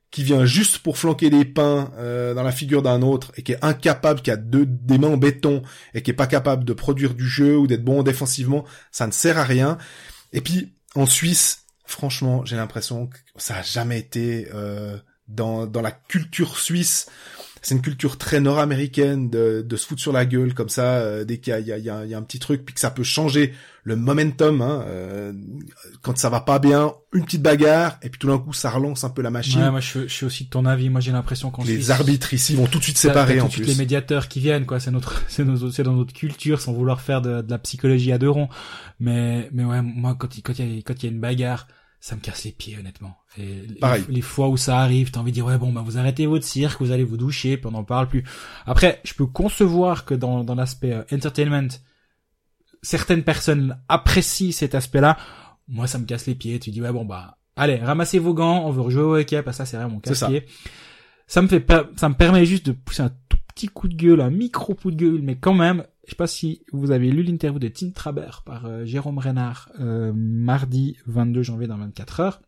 qui vient juste pour flanquer des pains euh, dans la figure d'un autre et qui est incapable, qui a deux des mains en béton et qui est pas capable de produire du jeu ou d'être bon défensivement, ça ne sert à rien. Et puis en Suisse, franchement, j'ai l'impression que ça a jamais été euh, dans dans la culture suisse. C'est une culture très nord-américaine de, de se foutre sur la gueule comme ça euh, dès qu'il y a, il y, a, il y, a, il y a un petit truc, puis que ça peut changer le momentum. Hein, euh, quand ça va pas bien, une petite bagarre, et puis tout d'un coup ça relance un peu la machine. Ouais, moi je, je suis aussi de ton avis. Moi j'ai l'impression qu'en les Suisse, arbitres ici vont tout de suite séparer tout en de suite plus. Les médiateurs qui viennent, quoi. C'est notre, c'est nos, c'est dans notre culture, sans vouloir faire de, de la psychologie à deux ronds. Mais, mais ouais, moi quand il, quand il y a, quand il y a une bagarre, ça me casse les pieds, honnêtement. Et Pareil. Les, les fois où ça arrive, t'as envie de dire, ouais, bon, bah, vous arrêtez votre cirque, vous allez vous doucher, puis on n'en parle plus. Après, je peux concevoir que dans, dans l'aspect euh, entertainment, certaines personnes apprécient cet aspect-là. Moi, ça me casse les pieds. Tu dis, ouais, bon, bah, allez, ramassez vos gants, on veut rejouer au hockey, parce que ça, c'est vraiment casse-pied. Ça. ça me fait, per- ça me permet juste de pousser un tout petit coup de gueule, un micro coup de gueule, mais quand même, je sais pas si vous avez lu l'interview de Tim Traber par euh, Jérôme Renard, euh, mardi vingt-deux janvier dans vingt-quatre heures,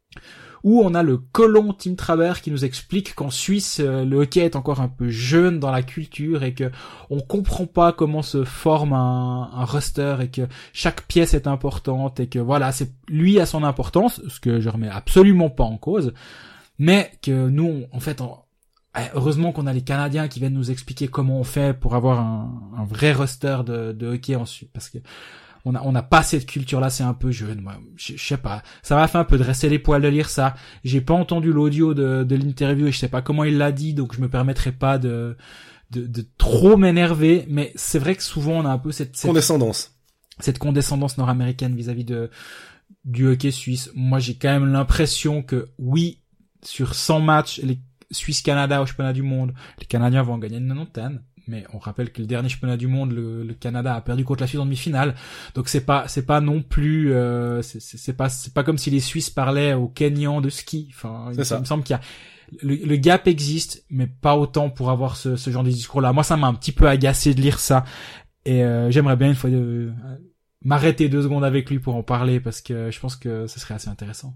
où on a le colon Tim Traber qui nous explique qu'en Suisse, euh, le hockey est encore un peu jeune dans la culture et que on comprend pas comment se forme un, un roster et que chaque pièce est importante et que voilà, c'est lui a son importance, ce que je remets absolument pas en cause, mais que nous, en fait, on, heureusement qu'on a les Canadiens qui viennent nous expliquer comment on fait pour avoir un, un vrai roster de, de hockey en Suisse, parce que on a, on n'a pas cette culture-là, c'est un peu jeune, moi. Je, je sais pas. Ça m'a fait un peu dresser les poils de lire ça. J'ai pas entendu l'audio de, de l'interview et je sais pas comment il l'a dit, donc je me permettrai pas de, de, de trop m'énerver, mais c'est vrai que souvent on a un peu cette, cette condescendance. Cette condescendance nord-américaine vis-à-vis de, du hockey suisse. Moi, j'ai quand même l'impression que, oui, sur cent matchs, les Suisse-Canada au championnat du monde, les Canadiens vont en gagner une quatre-vingt-dix, mais on rappelle que le dernier championnat du monde, le, le Canada a perdu contre la Suisse en demi-finale, donc c'est pas, c'est pas non plus, euh, c'est, c'est, c'est pas, c'est pas comme si les Suisses parlaient aux Kenyans de ski. Enfin, il, il me semble qu'il y a le, le gap existe, mais pas autant pour avoir ce, ce genre de discours-là. Moi, ça m'a un petit peu agacé de lire ça, et euh, j'aimerais bien une fois de, euh, m'arrêter deux secondes avec lui pour en parler, parce que je pense que ce serait assez intéressant.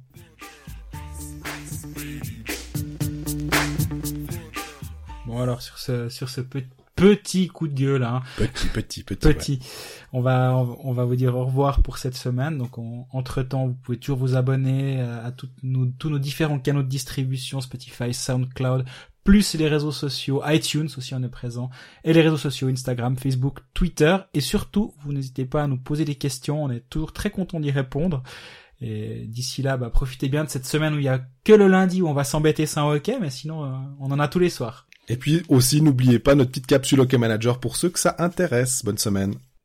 Bon, alors sur ce sur ce petit petit coup de gueule, hein, petit petit petit petit, ouais. on va on, on va vous dire au revoir pour cette semaine. Donc entre temps, vous pouvez toujours vous abonner à, à toutes nos, tous nos différents canaux de distribution, Spotify, SoundCloud, plus les réseaux sociaux, iTunes aussi on est présent, et les réseaux sociaux Instagram, Facebook, Twitter, et surtout vous n'hésitez pas à nous poser des questions, on est toujours très content d'y répondre. Et d'ici là, bah profitez bien de cette semaine où il y a que le lundi où on va s'embêter sans hockey, mais sinon euh, on en a tous les soirs. Et puis aussi, n'oubliez pas notre petite capsule Hockey Manager pour ceux que ça intéresse. Bonne semaine.